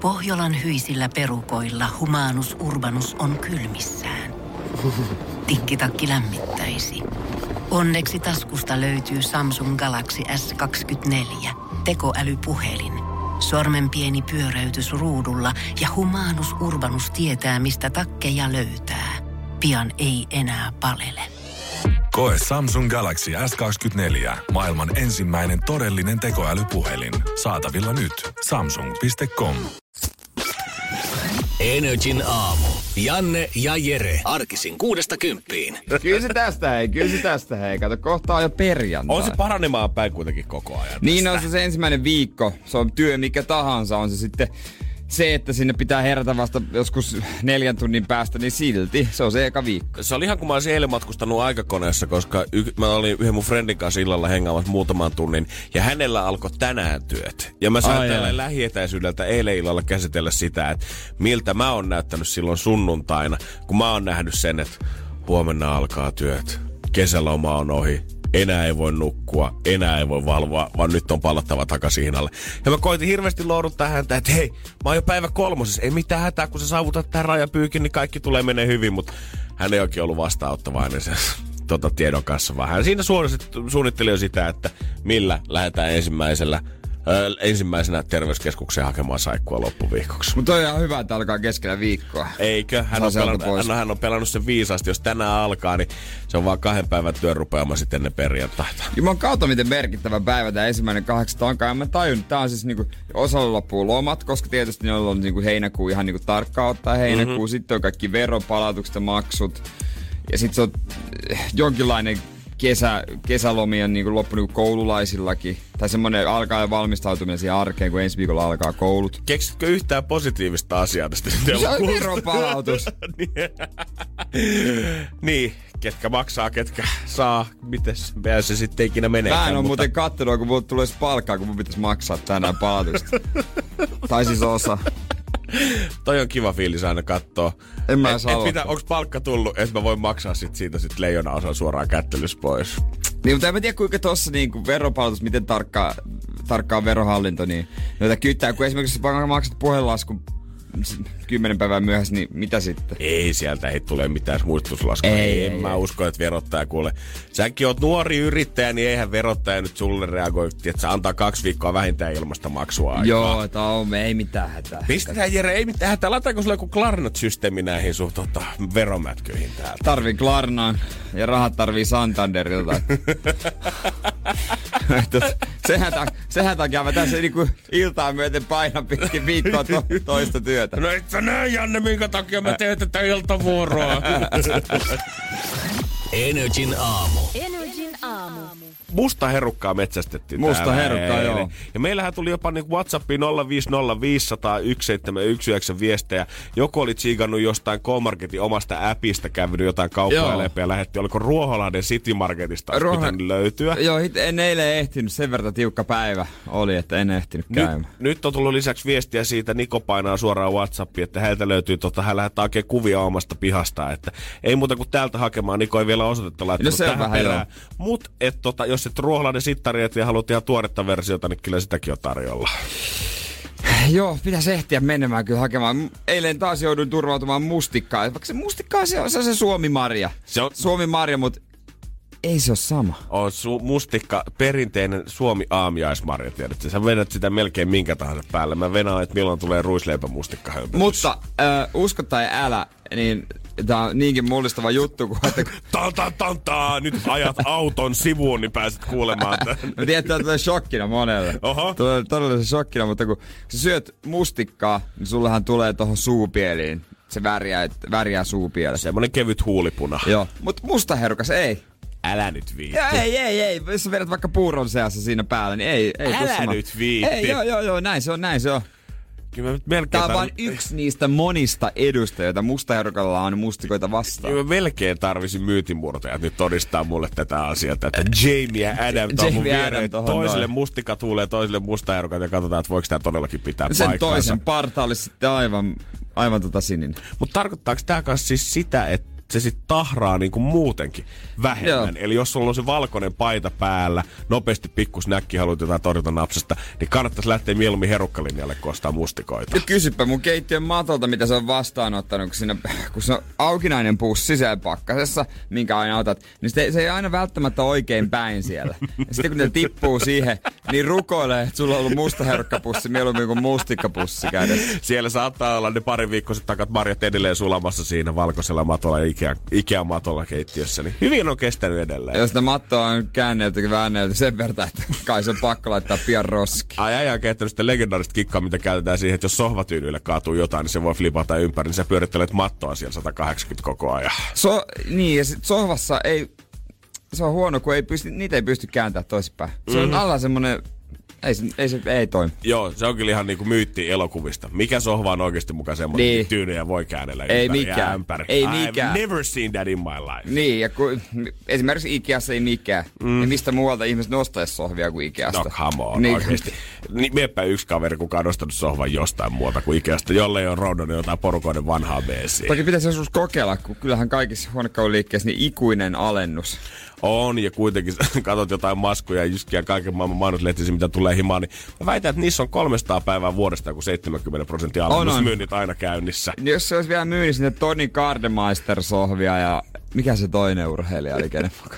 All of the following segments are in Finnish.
Pohjolan hyisillä perukoilla Humanus Urbanus on kylmissään. Tikkitakki lämmittäisi. Onneksi taskusta löytyy Samsung Galaxy S24. Tekoälypuhelin. Sormen pieni pyöräytys ruudulla ja Humanus Urbanus tietää, mistä takkeja löytää. Pian ei enää palele. Koe Samsung Galaxy S24. Maailman ensimmäinen todellinen tekoälypuhelin. Saatavilla nyt. Samsung.com. Energin aamu. Janne ja Jere. Arkisin 6–10. Kyllä se tästä hei. Kato, kohta on jo perjantai. On se paranemaan päin kuitenkin koko ajan. Niin on se ensimmäinen viikko. Se on työ mikä tahansa. On se sitten se, että sinne pitää herätä vasta joskus 4 tunnin päästä, niin silti se on se eka viikko. Se oli ihan kun mä olisin eilen matkustanut aikakoneessa, koska mä olin yhden mun friendin kanssa illalla hengaamassa muutaman tunnin, ja hänellä alkoi tänään työt. Ja mä sain tällä lähietäisyydeltä eilen illalla käsitellä sitä, että miltä mä oon näyttänyt silloin sunnuntaina, kun mä oon nähnyt sen, että huomenna alkaa työt, kesäloma on ohi. Enää ei voi nukkua, enää ei voi valvoa, vaan nyt on palattava takaisin hinnalle. Ja mä koitin hirveästi lohduttaa häntä, että hei, mä oon jo päivä 3, ei mitään hätää, kun sä saavutat tämän rajapyykin, niin kaikki tulee menee hyvin, mutta hän ei oikein ollut vastaanottavainen sen tiedon kanssa, vaan hän siinä suunnitteli jo sitä, että millä lähdetään ensimmäisenä terveyskeskukseen hakemaan saikkua loppuviikoksi. Mutta on ihan hyvä, että alkaa keskellä viikkoa. Eikö? Hän on pelannut sen viisaasti. Jos tänään alkaa, niin se on vaan 2 päivän työn rupeama sitten ennen perjantaita. Juman kautta, miten merkittävä päivä tämä 1.8. onkaan. Ja mä tajun, että tää on siis niinku, osalla loppuu lomat, koska tietysti ne on ollut niinku heinäkuu ihan niinku tarkkaan ottaa heinäkuu. Sitten on kaikki veropalautukset ja maksut. Ja sitten se on jonkinlainen kesälomien niin loppu niin koululaisillakin. Tai semmoinen alkaa jo valmistautuminen siihen arkeen, kun ensi viikolla alkaa koulut. Keksitkö yhtään positiivista asiaa tästä? Se on veropalautus. Niin, ketkä maksaa, ketkä saa. Mites se sitten ikinä menee? Mä en ole muuten kattonut, kun mulle tulee palkkaa, kun mun pitäisi maksaa tänään palautusta. Tai siis osa. Toi on kiva fiilis aina kattoo. En mä saa onks palkka tullut, että mä voin maksaa siitä leijonaosan suoraan kättelys pois. Niin, mutta en mä tiedä kuinka tossa niin veropalautus, miten tarkkaa verohallinto, niin noita kyttää. Kun esimerkiksi maksat puhelinlaskun 10 päivää myöhässä, niin mitä sitten? Ei sieltä ei tule mitään muistutuslaskua. En mä usko, että verottaja kuule. Säkin oot nuori yrittäjä, niin eihän verottaja nyt sulle reagoi, että se antaa 2 viikkoa vähintään ilmasta maksua aikaa. Joo, ei mitään hätää. Pistetään Jere, ei mitään hätää. Lataanko sulle joku Klarnat-systeemi näihin sun veromätköihin täältä? Tarvii Klarnaan ja rahat tarvii Santanderilta. sehän takia mä tässä niinku iltaa myöten painan pitkin viikkoa toista työtä. No et sä näe, Janne, minkä takia mä teen tätä iltavuoroa. Energin aamu. Musta herukkaa metsästettiin Musta herukkaa, joo. Ja meillähän tuli jopa niin WhatsAppiin 050501719 viestejä. Joku oli tsiigannut jostain K-Marketin omasta appista, käynyt jotain kauppaa läpi ja lähetti. Oliko Ruoholahden City Marketista pitänyt löytyä? Joo, en eilen ehtinyt. Sen verran tiukka päivä oli, että en ehtinyt käymään. Nyt on tullut lisäksi viestiä siitä. Niko painaa suoraan WhatsAppiin, että heiltä löytyy, hän lähettää oikein kuvia omasta pihasta. Että ei muuta kuin täältä hakemaan. Niko ei vielä osoitetta laittanut tähän perään. Mut jos et Ruoholahden sittareita ja haluat ihan tuoretta versiota, niin kyllä sitäkin on tarjolla. Joo, pitäisi ehtiä menemään kyllä hakemaan. Eilen taas jouduin turvautumaan mustikkaan. Vaikka se mustikkaa, se on se suomimarja. Se on suomimarja, mutta ei se ole sama. On mustikka, perinteinen Suomi-aamiaismarja, tiedätkö? Sä vedät sitä melkein minkä tahansa päälle. Mä venaan, että milloin tulee ruisleipämustikka hömpötys. Mutta usko tai älä, niin tää on niinkin mullistava juttu, kun että... Nyt ajat auton sivuun, niin pääset kuulemaan tämän. Mä tiedän, että tulee shokkina monelle. Oho. Tulee todella shokkina, mutta kun sä syöt mustikkaa, niin sullehan tulee tohon suupieliin. Se värjää suupielessä. Semmonen kevyt huulipuna. Joo, mutta musta herukas ei. Älä nyt viitti. Ei. Jos sä vedät vaikka puuron seassa siinä päällä, niin ei. Älä nyt viitti. Ei, joo, näin se on. Tää on vain yksi niistä monista edusta, joita mustaherukalla on mustikoita vastaan. Kyllä mä melkein tarvisin myytinmurtajat nyt todistaa mulle tätä asiaa, että Jamie ja Adam on mun viereen. Toiselle mustika tuulee, toiselle mustaherukat ja katsotaan, että voiko tää todellakin pitää sen paikkaansa. Sen toisen parta olisi sitten aivan sininen. Mutta tarkoittaako tää kanssa siis sitä, että se sit tahraa niinku muutenkin vähemmän. Joo. Eli jos sulla on se valkoinen paita päällä, nopeasti pikkusnäkki haluat jotain torjuntanapsasta, niin kannattaisi lähteä mieluummin herukkalinjalle, kun ostaa mustikoita. Ja kysypä mun keittiön matolta, mitä se on vastaanottanut, kun se on aukinainen pussi siellä pakkasessa, minkä aina otat, niin se ei aina välttämättä oikein päin siellä. Ja sitten kun ne tippuu siihen, niin rukoilee, että sulla on ollut musta herukkapussi mieluummin kuin mustikkapussi kädessä. Siellä saattaa olla ne pari viikkoiset takat marjat edelleen sulamassa siinä valkoisella matolla ja Ikea-matolla keittiössä. Niin hyvin on kestänyt edelleen. Jos sitä mattoa on käännelty ja väännelty sen verran, että kai se on pakko laittaa pian roski. Ai on kehittänyt sitä legendaarista kikkaa, mitä käytetään siihen, että jos sohvatyynyille kaatuu jotain, niin se voi flipata ympäri, niin sä pyörittelet mattoa siellä 180 koko ajan. Niin, ja sit sohvassa ei... Se on huono, kun niitä ei pysty kääntämään toisinpäin. Se on alla semmonen... Ei toimi. Joo, se on kyllä ihan niinku myytti elokuvista. Mikä sohva on oikeasti mukaan semmoinen, niin tyynyjä voi käännellä ei ympäri mikään. ja ämpäri. Ei mikään. I've never seen that in my life. Niin, ja esimerkiksi Ikeassa ei mikään. Ja mistä muualta ihmiset nostaisi sohvia kuin Ikeasta? No come on, niin, oikeesti. Miepä yksi kaveri, kuka on nostanut sohvan jostain muuta kuin Ikeasta, jollei on roudannut jotain porukoiden vanhaa beesiä. Toki pitäisi joskus kokeilla, kun kyllähän kaikissa huonekaululiikkeissä niin ikuinen alennus. On, ja kuitenkin katsot jotain maskuja ja jyskiä kaiken maailman mainoslehtisiä, mitä tulee himaan, niin mä väitän, että niissä on 300 päivää vuodesta, kun 70% alennusmyynnit aina käynnissä. Jos se olisi vielä myynnissä niitä Tony Gardemeister-sohvia ja mikä se toinen urheilija oli kenen mukaan?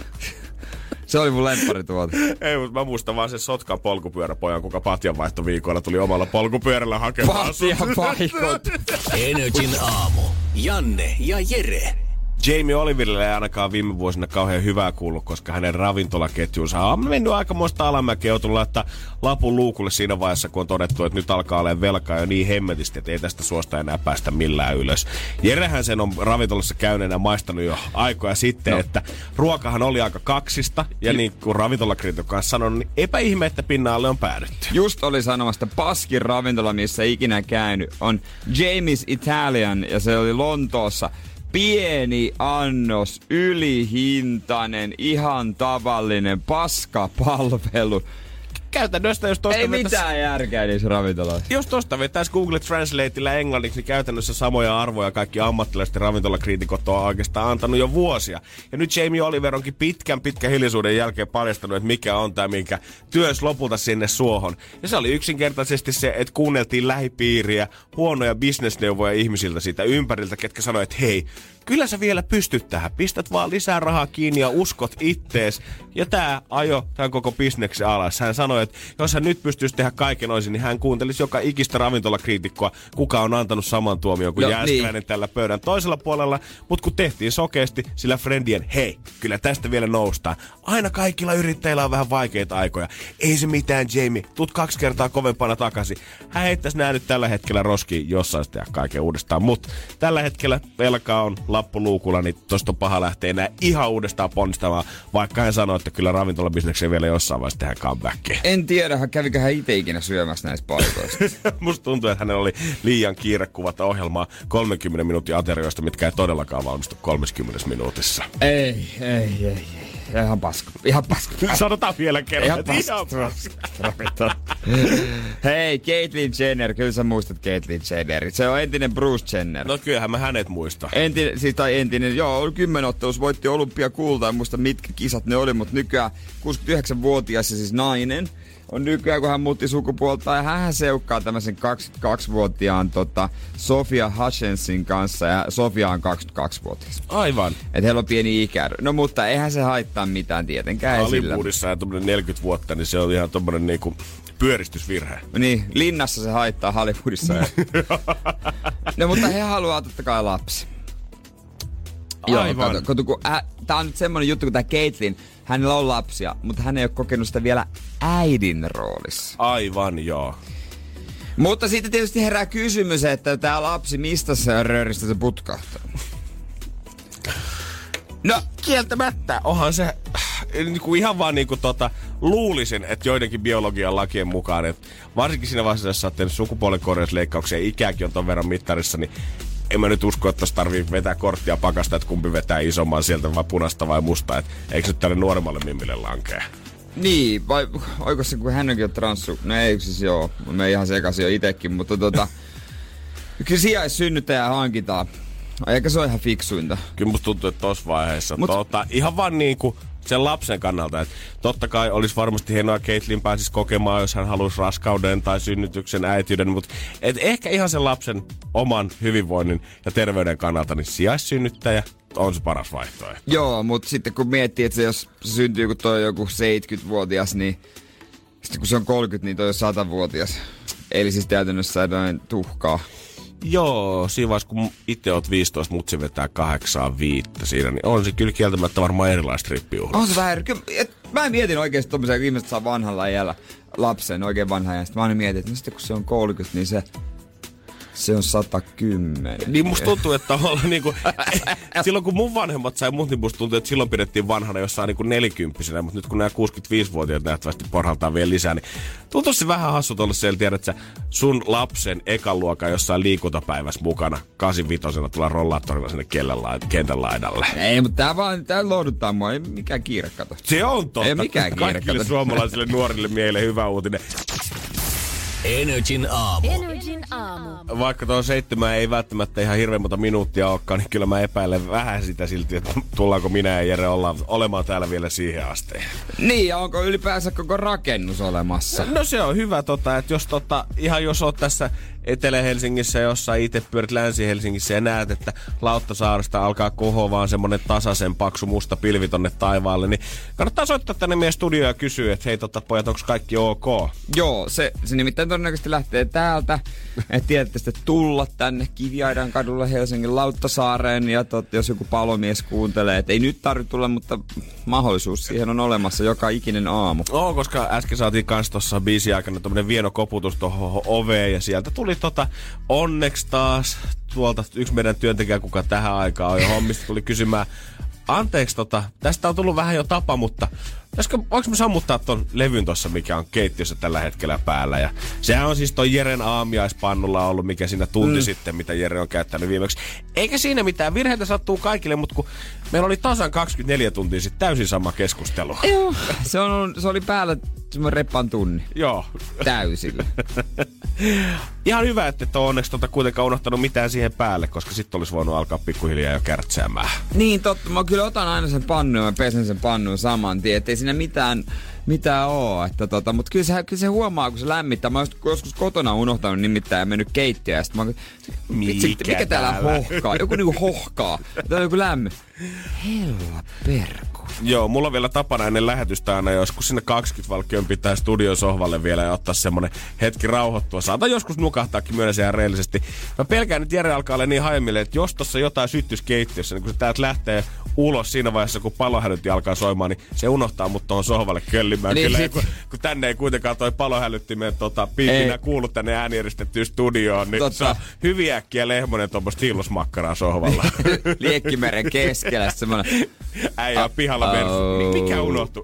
Se oli mun lempparituote. Ei, mutta mä muistan vaan sen Sotkan polkupyöräpojan, kuka patjanvaihtoviikolla tuli omalla polkupyörällä hakemaan. Patjanvaihdot. NRJ:n aamu. Janne ja Jere. Jamie Oliverille ei ainakaan viime vuosina kauhean hyvää kuullut, koska hänen ravintolaketjunsa on mennyt aikamoista alamäkeä. On tullut laittaa lapun luukulle siinä vaiheessa, kun on todettu, että nyt alkaa olla velkaa jo niin hemmetisti, että ei tästä suosta enää päästä millään ylös. Jerehän sen on ravintolassa käyneenä maistanut jo aikoja sitten, että ruokahan oli aika kaksista. Ja niin kuin ravintolakriitikko kanssa sanonut, niin eipä ihme, että pinnalle on päädytty. Just oli sanomasta, paskin ravintola, missä ikinä käynyt, on Jamie's Italian ja se oli Lontoossa. Pieni annos, ylihintainen, ihan tavallinen paskapalvelu. Käytännössä, jos tosta ei mitään järkeä niissä ravintoloissa. Jos tosta vetäisi Google Translateilla englanniksi, niin käytännössä samoja arvoja kaikki ammattilaiset ravintolakriitikot on oikeastaan antanut jo vuosia. Ja nyt Jamie Oliver onkin pitkän hiljaisuuden jälkeen paljastanut, että mikä on tämä, minkä työs lopulta sinne suohon. Ja se oli yksinkertaisesti se, että kuunneltiin lähipiiriä, huonoja bisnesneuvoja ihmisiltä siitä ympäriltä, ketkä sanoi, että hei, kyllä sä vielä pystyt tähän. Pistät vaan lisää rahaa kiinni ja uskot ittees. Ja tää ajo tämän koko bisneksen alas. Hän sanoi, että jos hän nyt pystyisi tehdä kaiken oisin, niin hän kuuntelisi joka ikistä ravintolakriitikkoa, kuka on antanut saman tuomion kuin Jääskeläinen niin tällä pöydän toisella puolella. Mutta kun tehtiin sokeasti sillä friendien, hei, kyllä tästä vielä noustaan. Aina kaikilla yrittäjillä on vähän vaikeita aikoja. Ei se mitään, Jamie. Tuut 2 kertaa kovempana takaisin. Hän heittäisi nää nyt tällä hetkellä roskiin, jos saisi tehdä kaiken uudestaan. Mutta tällä hetkellä velkaa on lappuluukulla, niin tosta on paha lähteä enää ihan uudestaan ponnistamaan, vaikka hän sanoi, että kyllä ravintolabisnekseen vielä jossain vaiheessa tehdään comebackia. En tiedä, kävikö hän itse ikinä syömässä näissä paikoissa. Musta tuntuu, että hänellä oli liian kiire kuvata ohjelmaa 30 minuutin aterioista, mitkä ei todellakaan valmistu 30 minuutissa. Ei. Ihan paska. Sanotaan vielä kerran. Ihan paska. Hei, Caitlyn Jenner. Kyllä sä muistat Caitlyn Jenner. Se on entinen Bruce Jenner. No kyllähän mä hänet muistan. Entinen. Joo, 10 ottelussa voitti olympiakultaa. En muista mitkä kisat ne oli, mutta nykyään 69-vuotias ja siis nainen on nykyään, kun hän muutti sukupuolta. Ja hän seukkaa tämmöisen 22-vuotiaan Sofia Hutchinsin kanssa. Ja Sofia on 22-vuotias. Aivan. Et heillä on pieni ikä. No mutta eihän se haittaa mitään tietenkään. Hollywoodissa ja tommonen 40 vuotta, niin se on ihan tommonen niinku pyöristysvirhe. Niin, linnassa se haittaa Hollywoodissa. No mutta he haluaa totta kai lapsi. Aivan. Joo, tää on nyt semmonen juttu, kun tää Caitlyn, hänellä on lapsia, mutta hän ei ole kokenut sitä vielä äidin roolissa. Aivan, joo. Mutta sitten tietysti herää kysymys, että tää lapsi, mistä se rööristä se putkahtaa? No, kieltämättä. Onhan se niinku ihan vaan niinku luulisin, että joidenkin biologian lakien mukaan, että varsinkin siinä vaiheessa, jos sä oot tehnyt sukupuolenkorjausleikkauksia ja ikäkin on ton verran mittarissa, niin en mä nyt usko, että tossa tarvii vetää korttia pakasta, että kumpi vetää isomman sieltä vai punaista vai musta. Että eikö nyt tälle nuoremmalle mimmille lankea? Niin, vai oiko se, kun hän onkin jo transsu? No ei siis joo, mä ihan sekaisin jo itekin, mutta kyllä sijaissynnyttäjää hankitaan. Eikä se ole ihan fiksuinta. Kyllä musta tuntuu, että tossa vaiheessa. Ihan vaan niinku sen lapsen kannalta. Että totta kai olisi varmasti hienoa, Caitlyn pääsisi kokemaan, jos hän haluaisi raskauden tai synnytyksen, äitiyden. Mutta ehkä ihan sen lapsen oman hyvinvoinnin ja terveyden kannalta, niin sijaissynnyttäjä on se paras vaihtoehto. Joo, mutta sitten kun miettii, että jos se syntyy, kun toi on joku 70-vuotias, niin sitten kun se on 30, niin toi on 100-vuotias. Eli siis käytännössä jotain tuhkaa. Joo, siinä vaiheessa kun itse oot 15, mutsi vetää 8-5 siinä, niin on se kyllä kieltämättä varmaan erilaista rippijuhlaa. On se vähän mä mietin oikeesti tommosia, kun ihmiset saa vanhalla iällä lapsen, oikein vanha iän. Sitten mä aina mietin, että sitten kun se on 30, niin se on 110. Niin musta tuntuu, että tavallaan niinku, silloin kun mun vanhemmat sai mut, niin musta tuntuu, että silloin pidettiin vanhana jossain niinku 40-vuotiaana, mutta nyt kun nämä 65-vuotiaat nähtävästi porhaltaan vielä lisää, niin tuntuu se vähän hassut olla siellä, tiedät sä, sun lapsen ekan luokan jossain liikuntapäivässä mukana 85-vuotiaana tulla rollaattorilla sinne kentän laidalle. Ei, mutta tää lohduttaa mua, ei mikään kiire kato. Se on totta. Ei mikään kiire kato. Kaikille suomalaisille nuorille miehille hyvä uutinen. Energin aamu. Vaikka tuo 7 ei välttämättä ihan hirveän monta minuuttia olekaan, niin kyllä mä epäilen vähän sitä silti, että tullaanko minä ja Jere olemaan täällä vielä siihen asteen. Niin, ja onko ylipäänsä koko rakennus olemassa? No se on hyvä, että jos ihan jos oot tässä Etelä-Helsingissä, jossa itse pyörit Länsi-Helsingissä ja näet, että Lauttasaaresta alkaa kohoa vaan semmonen tasaisen paksu musta pilvi tonne taivaalle, niin kannattaa soittaa tänne meidän studioon ja kysyä, että hei pojat, onko kaikki ok? Joo, se nimittäin todennäköisesti lähtee täältä, että tiedätte sitten tulla tänne Kiviaidan kadulle Helsingin Lauttasaareen, ja jos joku palomies kuuntelee, että ei nyt tarvitse tulla, mutta mahdollisuus siihen on olemassa joka ikinen aamu. Koska äsken saatiin kans tossa biisin aikana tommonen vieno koputus tohon oveen, ja sieltä tuli onneksi taas tuolta yksi meidän työntekijä, kuka tähän aikaan on jo hommista, tuli kysymään, anteeksi tästä on tullut vähän jo tapa, mutta voinko me sammuttaa ton levyn tossa, mikä on keittiössä tällä hetkellä päällä. Ja sehän on siis toi Jeren aamiaispannulla ollut, mikä siinä tunti sitten, mitä Jere on käyttänyt viimeksi. Eikä siinä mitään, virheitä sattuu kaikille, mutta kun meillä oli tasan 24 tuntia sitten täysin sama keskustelu. Joo, se oli päällä semmoinen reppan tunni. Joo. Täysillä. Ihan hyvä, että et ole onneksi kuitenkaan unohtanut mitään siihen päälle, koska sitten olisi voinut alkaa pikkuhiljaa jo kärtsäämään. Niin totta, mä kyllä otan aina sen pannun ja pesen sen pannun saman tien, ettei siinä mitään oo. Mutta kyllä se huomaa, kun se lämmittää. Mä oon joskus kotona unohtanut nimittäin ja mennyt keittiöön. Mikä täällä hohkaa? Joku niinku hohkaa. Täällä on joku lämmin. Hella perku. Joo, mulla on vielä tapana ennen lähetystä aina joskus sinne 20 valkkion pitää studion sohvalle vielä ja ottaa semmonen hetki rauhoittua. Saatan joskus nukahtaakin myönnänsä ihan reellisesti. Mä pelkään, että Jere alkaa olla niin hajemmille, että jos tossa jotain syttyisi keittiössä, niin kun se täältä lähtee ulos siinä vaiheessa, kun palohälytti alkaa soimaan, niin se unohtaa mut tohon sohvalle köllimään. Niin kyllä, kun tänne ei kuitenkaan toi palohälyttimen piipinä kuulu tänne äänieristettyyn studioon, niin se on hyvin äkkiä Lehmonen tuommoista hiillosmakkaraa sohvalla. Liekkimeren keskellä semmonen. Äijä pihalla versus. Mikä unohtui?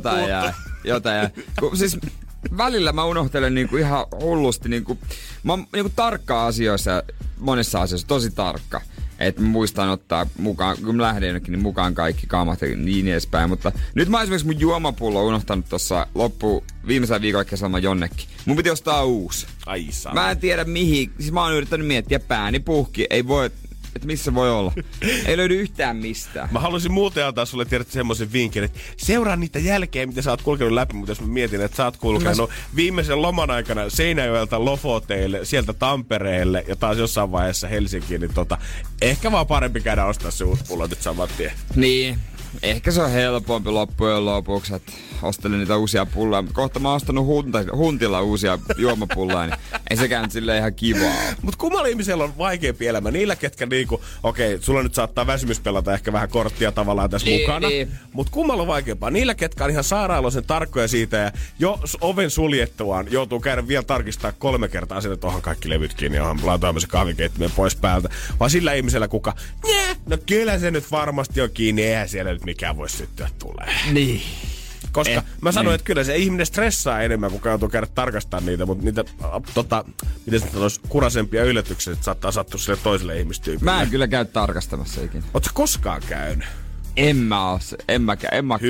Jotain jää. Siis välillä mä unohtelen niinku ihan hullusti. Mä oon niinku tarkka asioissa, monessa asiassa tosi tarkka. Että mä muistan ottaa mukaan, kun mä lähden jonnekin, niin mukaan kaikki kamat ja niin edespäin. Mutta nyt mä oon esimerkiksi mun juomapullo unohtanut tossa viimeisellä viikolla kesällä jonnekin. Mun piti ostaa uusi. Ai sana. Mä en tiedä mihin. Siis mä oon yrittänyt miettiä pääni puhki. Ei voi, että missä voi olla. Ei löydy yhtään mistään. Mä haluaisin muuten antaa sulle tiedät semmoisen vinkin, että seuraa niitä jälkeen, mitä sä oot kulkenut läpi, mutta jos mä mietin, että sä oot kulkenut viimeisen loman aikana Seinäjoelta Lofoteille, sieltä Tampereelle ja taas jossain vaiheessa Helsinkiin, niin ehkä vaan parempi käydä ostaa se uusi pullo nyt saman tien. Niin. Ehkä se on helpompi loppujen lopuksi, että ostelin niitä uusia pulloja. Kohta mä oon ostanut huntilla uusia juomapulloja, niin ei sekään nyt silleen ihan kivaa. Mut kummalla ihmisellä on vaikeampi elämä. Niillä, ketkä sulla nyt saattaa väsymys pelata ehkä vähän korttia tavallaan tässä mukana. Niin. Mut kummalla on vaikeampaa? Niillä, ketkä on ihan sairaaloisen tarkkoja siitä ja jo oven suljettuaan joutuu käydä vielä tarkistaa 3 kertaa sinne, että onhan kaikki levyt kiinni, johon laitoimme se kahvikeittimen pois päältä. Vaan sillä ihmisellä, kuka, no kyllä se nyt varmasti on kiinni, eihän siellä nyt mikään voi syttyä tulee. Niin. Koska mä sanoin, että kyllä se ihminen stressaa enemmän, kun joutuu käydä tarkastamaan niitä, mutta niitä, miten se olisi kurasempia yllätyksiä, että saattaa sattua sille toiselle ihmistyypille. Mä en kyllä käy tarkastamassa ikinä. Ootko koskaan käynyt? En mä Hyvä. käy.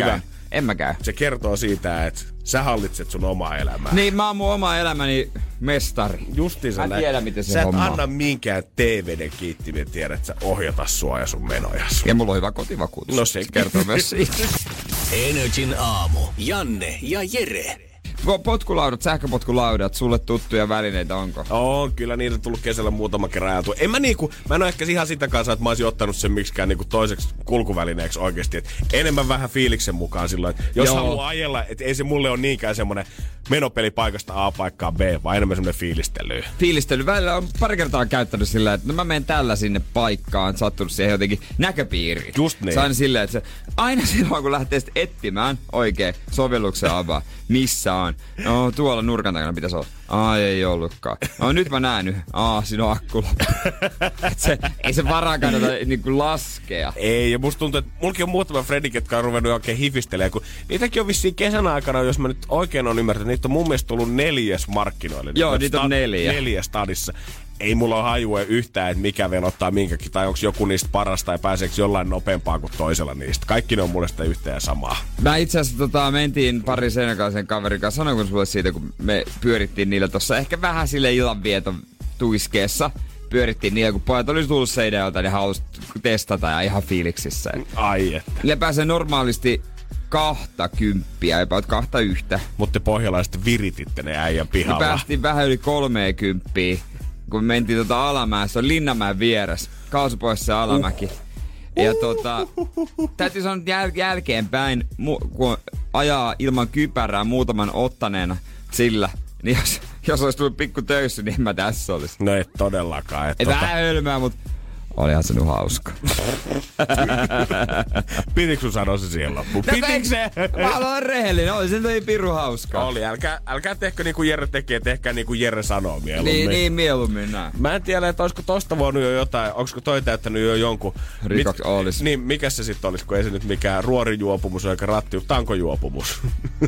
En mä käy. Se kertoo siitä, että sä hallitset sun omaa elämää. Niin, mä oon mun oma elämäni mestari. Justiinsa mä tiedän, miten se sä homma. Sä et anna minkään TV:n kiittimen tiedä, että sä ohjata sua ja sun menojas. Ja mulla on hyvä kotivakuutus. No se kertoo myös siitä. NRJ:n aamu. Janne ja Jere. Potkulaudat, sähköpotkulaudat, sulle tuttuja välineitä onko? On, kyllä niitä on tullut kesällä muutama kerran ajatua. Mä en ole ehkä ihan sitä kanssa, että mä olisin ottanut sen miksikään niinku toiseksi kulkuvälineeksi oikeesti. Et enemmän vähän fiiliksen mukaan silloin, että jos haluaa ajella, että ei se mulle ole niinkään semmonen menopeli paikasta A paikkaan B, vaan enemmän semmonen fiilistely. Fiilistely. Välillä on pari kertaa käyttänyt sillä, että mä menen tällä sinne paikkaan, sattunut siihen jotenkin näköpiiriin. Just niin. Se on silleen, että aina silloin kun lähtee sitten etsimään oikein sovelluksen avaa, missä on. No, tuolla nurkan takana pitäisi olla. Ei ollutkaan. No, nyt mä näen. Siinä on akku loppu. Ei se varaa kannata niinku laskea. Ei, ja musta tuntuu, että mullakin on muutama fredi, ketkä on ruvennut oikein hifistelemään, kun niitäkin on vissiin kesän aikana, jos mä nyt oikein on ymmärtänyt, niitä on mun mielestä tullut 4 markkinoille. Joo, niitä on 4. 4 stadissa. Ei mulla ole hajua yhtään, että mikä velottaa minkäkin, tai onko joku niistä parasta, ja pääseekö jollain nopeampaa kuin toisella niistä. Kaikki ne on mulle sitä yhtä ja samaa. Mä itse asiassa mentiin pari seinäkaisen kaverin kanssa, sanoinko sulle siitä, kun me pyörittiin niillä tossa ehkä vähän sille illanvieton tuiskeessa. Pyörittiin niillä, kun pojat olisi tullut Seinäjoelta, niin halusi testata ja ihan fiiliksissä. Ai että. Ne pääsee normaalisti 20, about 21. Mutta pohjalaiset virititte ne äijän pihalla. Me päästiin vähän yli 30, kun me mentiin Alamäessä, on Linnanmäen vieressä. Kaasupoissa Alamäki. Ja täytyy sanoa jälkeenpäin, kun ajaa ilman kypärää muutaman ottaneena sillä, niin jos olisi tullut pikku töyssy, niin mä tässä olisi. No et todellakaan. Vähän hölmää, mutta olihan se nyt hauska. Pitikö sun sanoa se siihen loppuun? Pitikö se? Mä olen rehellinen, oli se toi pirun hauskaa. Oli, älkää tehkö niinku Jere tekee, tehkää niinku Jere sanoo mieluummin. Niin mieluummin näin. Mä en tiedä, että olisiko tosta voinut jo jotain, onko toi täyttänyt jo jonkun. Rikoks olisi. Niin, mikä se sitten olisi, kun ei se nyt mikään ruorijuopumus eikä tankojuopumus.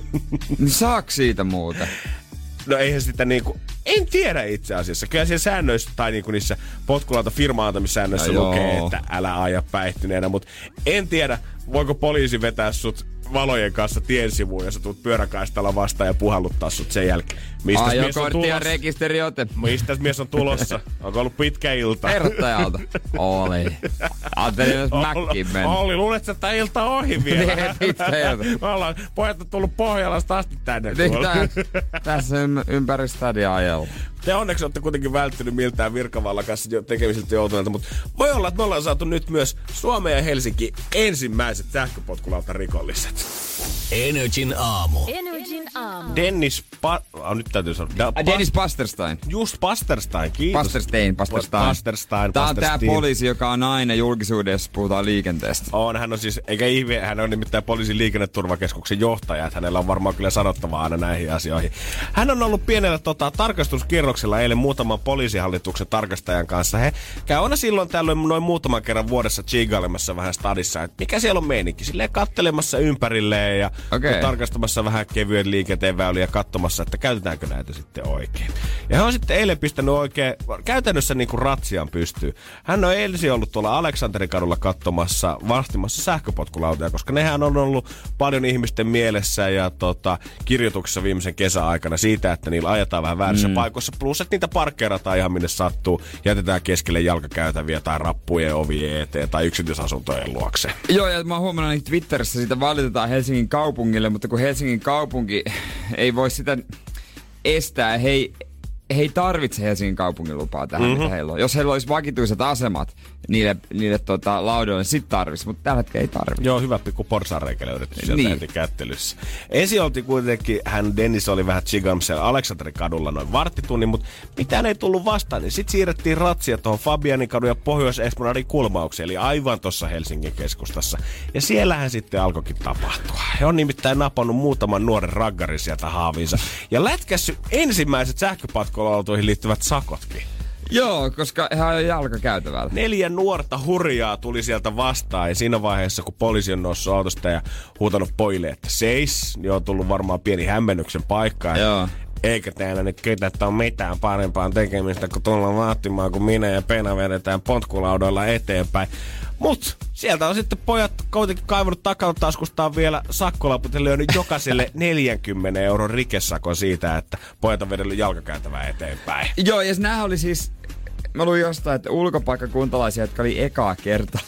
Saaks siitä muuta? No eihän sitä niinku, en tiedä itse asiassa. Kyllä siellä säännöissä tai niinku niissä potkulauta firma-antamissäännöissä lukee, että älä aja päihtyneenä, mutta en tiedä, voiko poliisi vetää sut valojen kanssa tien sivuun ja sä tulet pyöräkaistalla vastaan ja puhalluttaa sut sen jälkeen. Ajokortti ja rekisteriote. Mistäs mies on tulossa? Onko ollut pitkä ilta? Verottajalta. Oli. Ajattelin, jos mäkkiin mennä. Oli, luulet sä, että tää ilta on ohi vielä? Niin, pitkä ilta. Me ollaan, pojat on tullut Pohjalasta asti tänne. Tässä ympäri stadia ajella. Te onneksi olette kuitenkin välttynyt miltään virkavallan kanssa tekemisiltä joutuneelta, mutta voi olla, että me ollaan saatu nyt myös Suomeen ja Helsinki ensimmäiset sähköpotkulauta rikolliset. NRJ:n aamu. Dennis nyt täytyy sanoa. Dennis Pasterstein. Just Pasterstein, kiitos. Pasterstein. Tää on tää poliisi, joka on aina julkisuudessa, puhutaan liikenteestä. Hän on siis, eikä ihme, hän on nimittäin poliisin liikenneturvakeskuksen johtaja, että hänellä on varmaan kyllä sanottavaa aina näihin asioihin. Hän on ollut pienellä tarkastuskierroksella eilen muutaman poliisihallituksen tarkastajan kanssa. He käy aina silloin tällöin noin muutaman kerran vuodessa chigailemassa vähän stadissa, että mikä siellä on meininki. Silleen kattelemassa ympärilleen ja tarkastamassa vähän kevyen liikenteen väyliä katsomassa, että käytetäänkö näitä sitten oikein. Ja hän on sitten eilen pistänyt oikein, käytännössä niin kuin ratsiaan pystyy. Hän on ensin ollut tuolla Aleksanterin kadulla katsomassa, vastimassa sähköpotkulautoja, koska nehän on ollut paljon ihmisten mielessä ja kirjoituksessa viimeisen kesän aikana siitä, että niillä ajetaan vähän väärissä paikoissa. Plus, että niitä parkkeerataan ihan minne sattuu, jätetään keskelle jalkakäytäviä tai rappujen ovien eteen tai yksityisasuntojen luokse. Joo, ja mä oon huomannut, että Twitterissä siitä valitetaan Helsingin kaupungille, mutta kun Helsingin kaupunki ei voi sitä estää, he ei tarvitse Helsingin kaupungin lupaa tähän, mitä heillä on. Jos heillä olisi vakituiset asemat niille laudoille, niin sit tarvitsisi, mutta tällä hetkellä ei tarvitse. Joo, hyvä pikku porsaanreikä löydetty sieltä heti kättelyssä. Ensin oltiin kuitenkin, Dennis oli vähän chigamsella Aleksanterin kadulla noin varttitunnin, mutta mitään ei tullut vastaan, niin sit siirrettiin ratsia tuohon Fabianin kadun ja Pohjois-Esplanadin kulmaukseen, eli aivan tuossa Helsingin keskustassa. Ja siellähän sitten alkoikin tapahtua. He on nimittäin napannut muutaman nuoren raggarin sieltä haaviinsa ja lätkässy ensimmäiset sähköpotkulautoihin liittyvät sakotkin. Joo, koska hän on jalkakäytävällä. 4 nuorta hurjaa tuli sieltä vastaan ja siinä vaiheessa, kun poliisi on noussut autosta ja huutanut pojille, että seis, niin on tullut varmaan pieni hämmennyksen paikka. Joo. Eikä täällä nyt ketä ole mitään parempaa tekemistä, kun tullaan vaatimaan, kun minä ja Pena vedetään potkulaudoilla eteenpäin. Mut sieltä on sitten pojat kuitenkin kaivannut takataskustaan vielä sakkolaput ja lyönyt jokaiselle 40 € rikesakon siitä, että pojat on vedellyt jalkakäytävää eteenpäin. Joo, ja näähän oli siis, mä luin jostain, että ulkopaikkakuntalaisia, jotka oli ekaa kertaa.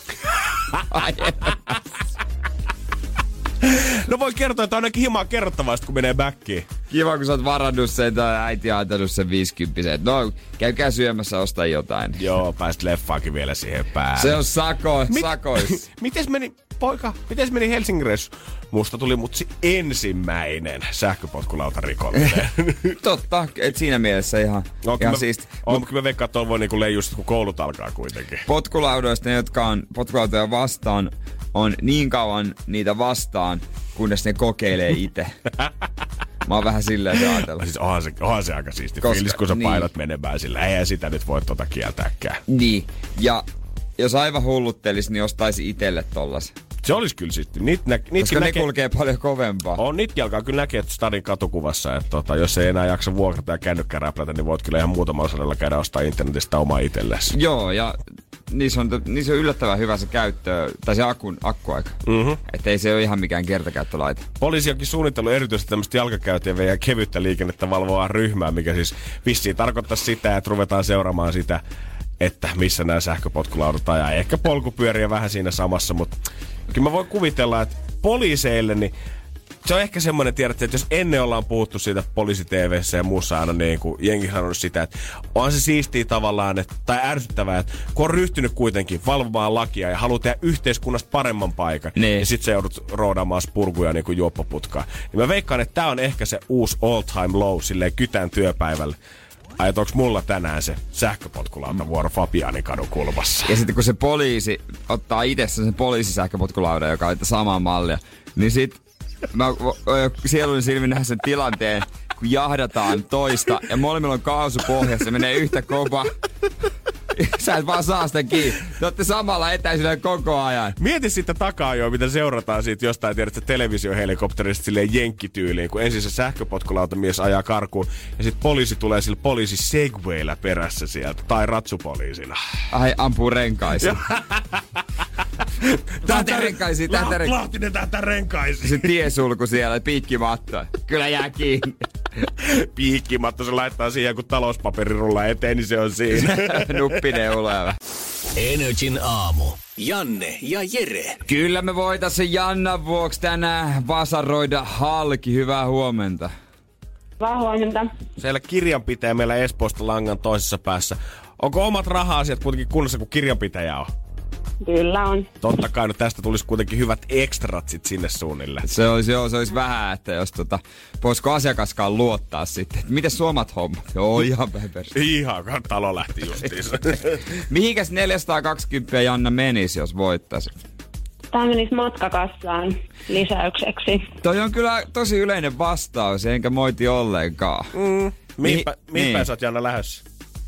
No voi kertoa, että on ainakin himaa kerrottavaa, kun menee backiin. Kiva, kun sä oot varannut sen tai äiti on antanut sen 50. No, käykää syömässä, ostaa jotain. Joo, pääsit leffaankin vielä siihen päälle. Se on sakois. Mites meni Helsingin reissu? Musta tuli mutsi ensimmäinen sähköpotkulautarikollinen. Totta, et siinä mielessä ihan siisti. Kyllä mä veikkaan, että voi niinku leijusta, kun koulut alkaa kuitenkin. Potkulaudoista ne, jotka on potkulautoja vastaan, on niin kauan niitä vastaan, kunnes ne kokeilee itse. Mä oon vähän silleen se ajatella. Siis onhan se aika siisti fiilis, kun sä painat menemään sillä. Eihän sitä nyt voi kieltääkään. Niin, ja jos aivan hulluttelis, niin ostaisi itelle tollas. Se olisi kyllä siisti. Koska ne kulkee paljon kovempaa. Niitä alkaa kyllä näkee Stadin katukuvassa, että jos ei enää jaksa vuokrata ja kännykkää räplätä, niin voit kyllä ihan muutamalla sadalla käydä ostaa internetistä omaa itsellesi. Joo, ja niissä on yllättävän hyvä se käyttö, tai se akkuaika. Että ei se ole ihan mikään kertakäyttölaite. Poliisi onkin suunnitellut erityisesti tämmöistä jalkakäytävää ja kevyttä liikennettä valvoa ryhmää, mikä siis vissiin tarkoittaa sitä, että ruvetaan seuraamaan sitä, että missä nämä sähköpotkulaudat ajaa. Ehkä polkupyöriä vähän siinä samassa, mutta kyllä mä voin kuvitella, että poliiseille, niin se on ehkä semmoinen, tiedätte, että jos ennen ollaan puhuttu siitä poliisi-tv:ssä ja muussa aina niin kuin jengi sanonut sitä, että on se siistiä tavallaan, tai ärsyttävää, että kun on ryhtynyt kuitenkin valvomaan lakia ja haluaa tehdä yhteiskunnasta paremman paikan, ja sit sä joudut roodaamaan spurguja niin kuin juoppoputkaa. Niin mä veikkaan, että tää on ehkä se uusi all-time low silleen kytän työpäivällä. Ai, et onks mulla tänään se sähköpotkulautavuoro Fabianin kadun kulmassa? Ja sitten kun se poliisi ottaa itse sen poliisisähköpotkulaudan, joka on samaa mallia, niin sit mä sielun silmin nähdä sen tilanteen, kun jahdataan toista ja molemmilla on kaasu pohjassa, se menee yhtä kovaa. Sä et vaan saa sitä kiinni. Te ootte samalla etäisyydellä koko ajan. Mieti sitten takaa jo, mitä seurataan siitä jostain, tiedätkö, televisiohelikopterista silleen jenkkityyliin, kun ensin se sähköpotkulautamies ajaa karkuun ja sitten poliisi tulee sillä poliisi segwayllä perässä sieltä, tai ratsupoliisina. Ai, ampuu renkaisiin. Tähtärenkaisiin. Lahtinen tähtärenkaisiin. Se tiesulku siellä, piikkimatto. Kyllä jää kiinni. Piikkimatto, se laittaa siihen, kun talouspaperi rullaa eteen, niin se on siinä. Nuppineuleva. Energin aamu. Janne ja Jere. Kyllä me voitaisiin Jannan vuoksi tänään vasaroida halki. Hyvää huomenta. Hyvää huomenta. Siellä kirjanpitäjä meillä Espoosta langan toisessa päässä. Onko omat raha-asiat kuitenkin kunnossa, kun kirjanpitäjä on? Kyllä on. Totta kai, no tästä tulisi kuitenkin hyvät ekstrat sit sinne suunnille. Se olisi vähän, että jos voisiko asiakaskaan luottaa sitten. Miten omat hommat? Joo, ihan päivässä. Ihan, talo lähti justiinsa. Mihinkäs 420 Janna menisi, jos voittaisit? Tämä menisi matkakassaan lisäykseksi. Toi on kyllä tosi yleinen vastaus, enkä moiti ollenkaan. Mihin päin sä oot, Janna, lähdössä?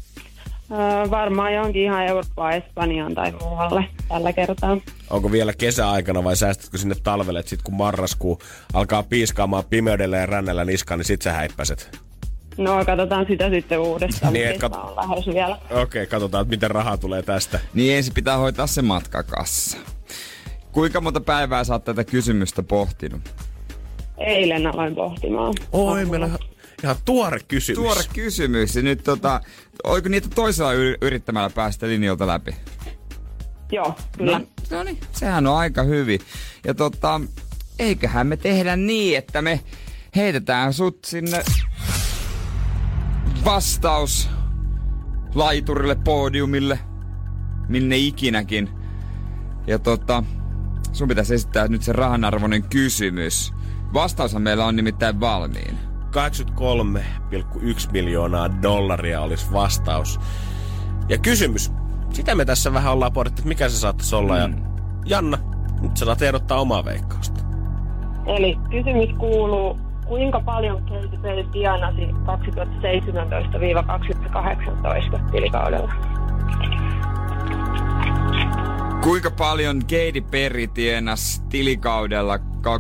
Varmaan johonkin ihan Eurooppaan, Espanjaan tai muualle tällä kertaa. Onko vielä kesäaikana vai säästätkö sinne talvelle, että sit kun marraskuu alkaa piiskaamaan pimeydellä ja rännällä niskaan, niin sit sä häippäset? No, katsotaan sitä sitten uudestaan, niin, mutta on lähes vielä. Okei, katsotaan, että miten rahaa tulee tästä. Niin ensin pitää hoitaa se matkakassa. Kuinka monta päivää sä oot tätä kysymystä pohtinut? Eilen aloin pohtimaan. Oi, meillä on ihan tuore kysymys. Tuore kysymys. Ja nyt oliko niitä toisella yrittämällä päästä linjalta läpi? Joo, kyllä. No niin, sehän on aika hyvin. Ja eiköhän me tehdä niin, että me heitetään sut sinne vastaus laiturille, podiumille, minne ikinäkin. Ja sun pitäisi esittää nyt se rahanarvoinen kysymys. Vastaushan meillä on nimittäin valmiin. 83,1 miljoonaa dollaria olisi vastaus. Ja kysymys, sitä me tässä vähän ollaan pohdittu, että mikä se saattaisi olla. Ja Janna, nyt sä saat ehdottaa omaa veikkausta. Eli kysymys kuuluu, kuinka paljon Katy Perry tienasi 2017-2018 tilikaudella? Kuinka paljon Katy Perry tienasi tilikaudella 2017-2018?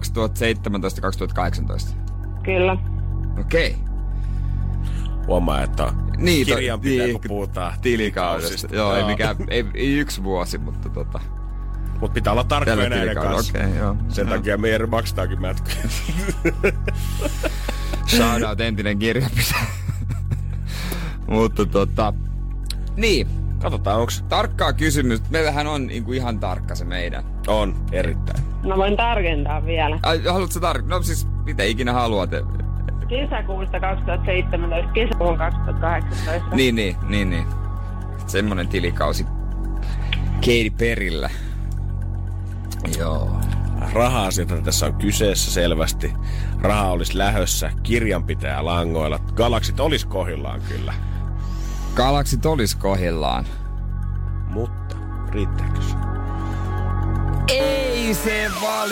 Kyllä. Okei. Huomaa, että kirjanpitää, kun puhutaan tilikaudesta. Joo, ei yksi vuosi, mutta Mutta pitää olla tarkkoja näiden kanssa. Okay, joo. Sen takia meidän maksataakin mätköjä. Shoutout entinen kirjanpitäjä. Mutta niin. Katsotaan, onks Tarkkaa kysymys. Meillähän on ihan tarkka se meidän. on erittäin. No voin tarkentaa vielä. Haluatko no siis, mitä ikinä haluat? Kesäkuusta 2017, kesäkuun 2018. Niin. Semmonen tilikausi Katy Perryllä. Joo. Raha-asiat tässä on kyseessä selvästi. Raha olisi lähössä, kirjanpitäjä langoilla. Galaksit olisi kohillaan kyllä. Galaksit olis kohillaan. Mutta riittääkö se? Ei se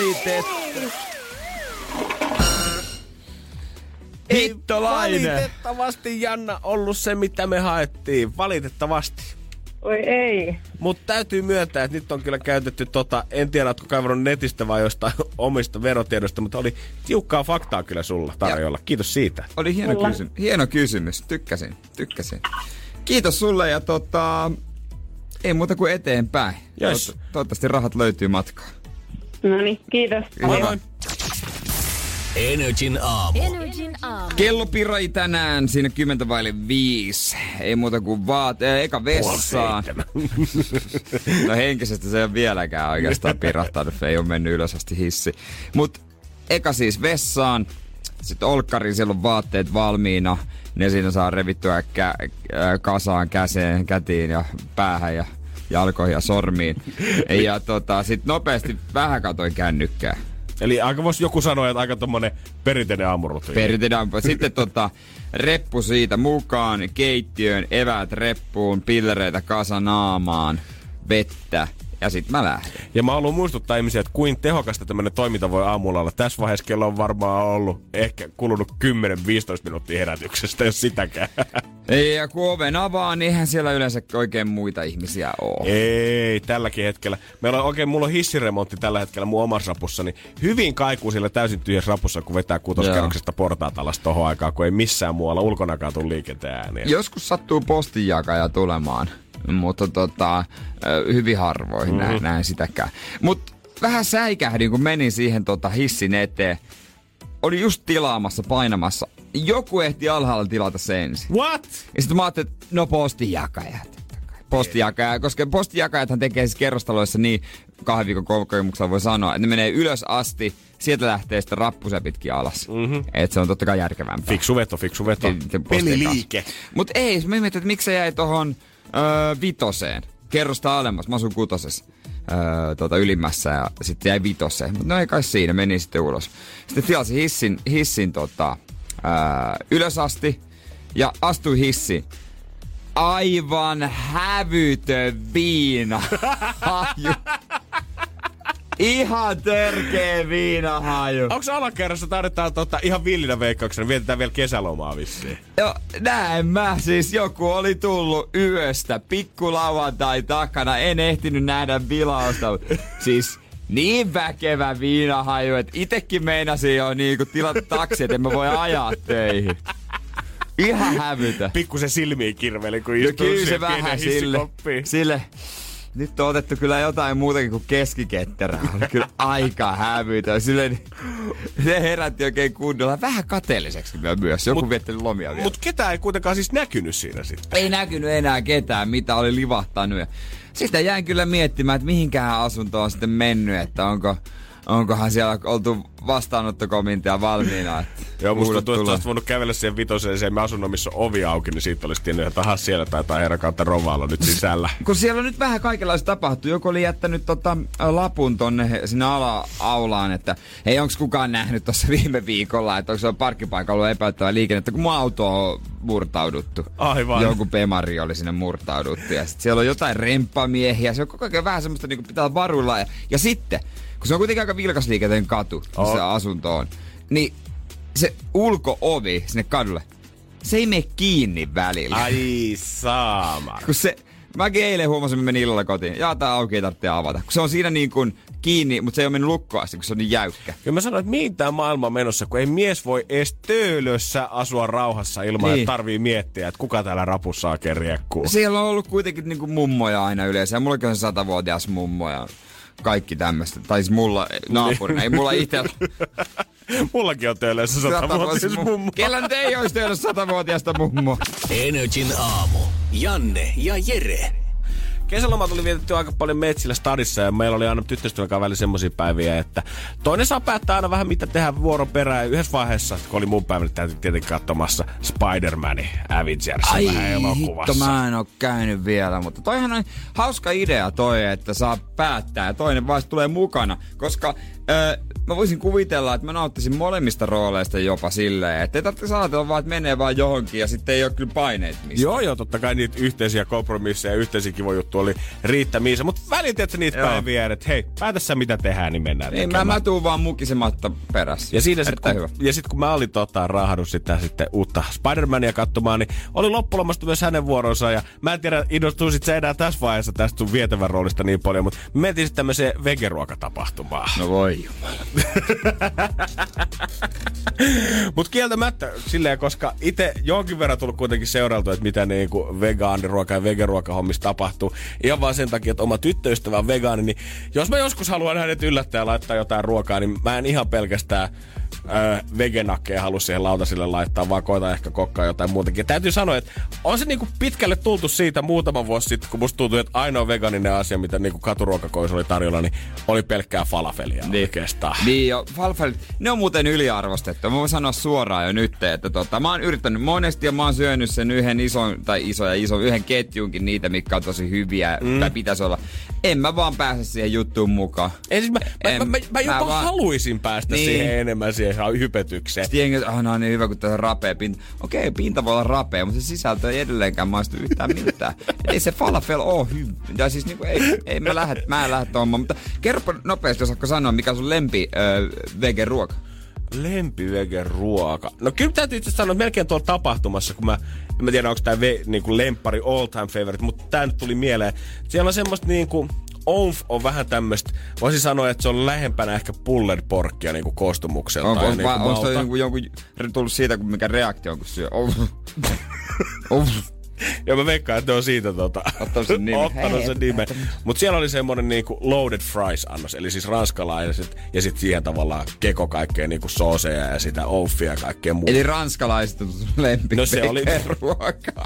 Hittolainen! Valitettavasti, Janna, ollut se, mitä me haettiin. Valitettavasti. Oi ei. Mutta täytyy myöntää, että nyt on kyllä käytetty en tiedä, ootko kaivannut netistä vai jostain omista verotiedosta, mutta oli tiukkaa faktaa kyllä sulla tarjolla. Kiitos siitä. Oli hieno kysymys. Tykkäsin. Kiitos sulle ja ei muuta kuin eteenpäin. Yes. Toivottavasti rahat löytyy matkaan. Noniin, kiitos. Moi. Energin aamu. Kello piroi tänään siinä 10:05. Ei muuta kuin eka vessaan. No henkisesti se ei ole vieläkään oikeastaan pirahtanut. Ei ole mennyt ylös asti hissi. Mut eka siis vessaan. Sitten olkkariin, siellä on vaatteet valmiina. Ne siinä saa revittyä kasaan kätiin ja päähän ja jalkoihin ja sormiin. Ja sit nopeasti vähän katoin kännykkää. Eli aika voisi joku sanoa, että aika tommonen perinteinen aamurutiini. Perinteinen aamurutiini. Sitten reppu siitä mukaan, keittiöön, eväät reppuun, pillereitä kasanaamaan, vettä. Ja sit mä lähden. Ja mä haluan muistuttaa ihmisiä, että kuin tehokasta tämmönen toiminta voi aamulla olla. Tässä vaiheessa kello on varmaan ollut ehkä kulunut 10-15 minuuttia herätyksestä, jos sitäkään. Ja kun oven avaa, niin eihän siellä yleensä oikein muita ihmisiä oo. Ei, tälläkin hetkellä. Mulla on hissiremontti tällä hetkellä mun omassa rapussa, niin hyvin kaikuu siellä täysin tyhjässä rapussa, kun vetää kutoskerroksesta portaat alas tohon aikaan, kun ei missään muualla ulkonakaan tule liikenteen ääniä. Joskus sattuu postinjakaja tulemaan. Mutta hyvin harvoin näin sitäkään. Mutta vähän säikähdin, kun menin siihen hissin eteen. Oli just tilaamassa, painamassa. Joku ehti alhaalla tilata sen ensin. What? Ja sitten mä ajattelin, että postinjakajat. Postijakaja, koska postijakajathan tekee siis kerrostaloissa niin 2 viikon kokemuksella voi sanoa, että ne menee ylös asti, sieltä lähtee sitten rappusia pitkin alas. Mm-hmm. Että se on totta kai järkevämpää. Fiksu veto. Peliliike. Mut ei, mä mietin, että miksi se jäi tohon 5. Kerrosta alemmas, mä asun 6. Ylimmässä ja sitten jäi 5. Mutta no ei kai siinä, meni sitten ulos. Sitten tilasin hissin ylös asti ja astui hissiin. Aivan hävytön viinahaju. Ihan törkeä viinahaju. Onks alakerrassa tarvitaan ihan villinä veikkauksena? Vietetään vielä kesälomaa vissiin. Joo, näen mä. Siis joku oli tullut yöstä pikkulauantai takana. En ehtinyt nähdä vilausta. Siis niin väkevä viinahaju, että itekin meinasin jo niinku tilata taksi, että en mä voi ajaa töihin. Ihan hävytä. Pikkusen silmiin kirveli, kun istuu siellä pienen hissikoppiin. Sille. Nyt on otettu kyllä jotain muutakin kuin keskiketterää. Oli kyllä aika hävytä. Silleen, se herätti oikein kunnolla. Vähän kateelliseksi myös. Joku vietteli lomia vielä. Mut ketään ei kuitenkaan siis näkynyt siinä sitten. Ei näkynyt enää ketään, mitä oli livahtanut. Ja sitten jäin kyllä miettimään, että mihinkään asuntoon on sitten mennyt. Että onkohan siellä oltu vastaanottokomitea valmiina. Joo, musta tuntuu, että olisit voinut kävellä siihen 5. asunnon, missä on ovi auki, niin siitä olisi tiennyt, että tahas siellä taitaa herra kautta rovaalla nyt sisällä. Kun siellä on nyt vähän kaikenlaista tapahtuu. Joku oli jättänyt lapun tonne sinne aulaan, että hei, onko kukaan nähnyt tuossa viime viikolla, että onko se parkkipaikalla ollut epäyttävää liikennettä, kun mun auto on murtauduttu. Aivan. Joku Pemari oli sinne murtauduttu. Ja sit siellä on jotain remppamiehiä. Se on koko ajan vähän semmoista, niin kuin pitää olla varuilla. Ja sitten, kun se on kuitenkin aika vilkasliikenteen katu, missä asunto on, niin se ulko-ovi sinne kadulle, se ei mene kiinni välillä. Ai saama. Kun se, mäkin eilen huomasin, että menin illalla kotiin. Tää auki ei tarvitse avata. Kun se on siinä niin kuin kiinni, mutta se ei ole mennyt lukkoon asti, kun se on niin jäykkä. Ja mä sanoin, että mihin tää maailma on menossa, kun ei mies voi edes töölössä asua rauhassa ilman, että tarvii miettiä, että kuka täällä rapussa oikein riekkuu. Siellä on ollut kuitenkin niin kuin mummoja aina yleensä. Ja mullakin on se 100-vuotias mummo. Ja kaikki tämmöistä. Tai siis mulla naapurina, ei mulla itse. Mullakin on töölössä 100-vuotias mummo. Kellä nyt ei olisi töölössä 100-vuotiaasta mummo? Energin aamu. Janne ja Jere. Kesäloma tuli vietetty aika paljon metsillä stadissa ja meillä oli aina tyttöstön välillä semmosia päiviä, että toinen saa päättää aina vähän mitä tehdä vuoron perään. Yhdessä vaiheessa, kun oli mun päivä, niin täytyy tietenkin katsomassa Spider-Manin Avengers vähän elokuvassa. Hitto, mä en oo käynyt vielä, mutta toihan on hauska idea toi, että saa päättää ja toinen vasta tulee mukana, koska mä voisin kuvitella, että mä nauttisin molemmista rooleista jopa silleen, että ei tarvitse ajatella vaan, että menee vaan johonkin ja sitten ei oo kyllä paineet mistä. Joo, totta kai niitä yhteisiä kompromisseja ja yhteisiä kivoja juttuja oli riittämiinsä, mutta välitiedätkö niitä päiviä, että hei, päätä sä mitä tehdään, niin mennään tekemään. Mä tuun vaan mukisematta perässä. Ja sit kun mä olin raahannut sitä sitten uutta Spider-Mania katsomaan, niin oli loppulomasta myös hänen vuoronsa ja mä en tiedä, innostuisit sä enää tässä vaiheessa tästä sun vietävän roolista niin paljon, mutta me mentiin sitten tämmöiseen vegeruokatapahtumaan. No voi jumala. Mut kieltämättä silleen, koska itse jonkin verran tullut kuitenkin seurailtu, että mitä niinku vegaaniruoka ja vegeruokahommissa tapahtuu. Ihan vaan sen takia, että oma tyttöystävä on vegaani, niin jos mä joskus haluan hänet yllättää ja laittaa jotain ruokaa, niin mä en ihan pelkästään vegenakkeja halua siihen lautasille laittaa, vaan koitan ehkä kokkaa jotain muutakin. Ja täytyy sanoa, että on se niinku pitkälle tultu siitä muutama vuosi sitten, kun musta tuntui, että ainoa vegaaninen asia, mitä niinku katuruokakoissa oli tarjolla, niin oli pelkkää falafelia oikeastaan. Niin jo, falafelit, ne on muuten yliarvostettu. Mä voin sanoa suoraan jo nyt, että mä oon yrittänyt monesti ja mä oon syönyt sen yhden yhden ketjunkin niitä, mitkä on tosi hyviä, tai pitäisi olla. En mä vaan pääse siihen juttuun mukaan. Mä jopa haluaisin päästä siihen enemmän siihen hypetykseen. Sitten jengi, no on niin hyvä, kun tässä on rapea pinta. Okei, pinta voi olla rapea, mutta se sisältö ei edelleenkään maistu yhtään mitään. Ei se falafel oo hyvä. Ja siis niinku, ei mä en lähde tuomaan. Mutta kerropa nopeasti, osaatko sanoa, mikä on sun lempi vegeruoka? Lempi vegeruoka. No kyllä täytyy itse sanoa, että melkein tuolla tapahtumassa, kun en mä tiedä, onko tää niinku lemppari all time favorite, mutta tää nyt tuli mieleen. Siellä on semmoista niinku, Omf on vähän tämmöstä, voisin sanoa, että se on lähempänä ehkä pulled porkkia niinku koostumukselta. Onko se jonkun tullut siitä, mikä reaktio on, kun syö? Joo, mä veikkaan, että ne on siitä ottanut sen nimen. Mutta siellä oli semmonen niinku loaded fries-annos, eli siis ranskalaiset, ja sit siihen tavallaan keko kaikkea niinku sooseja ja sitä Omfia ja kaikkea muuta. Eli ranskalaiset on lempi ruokaa.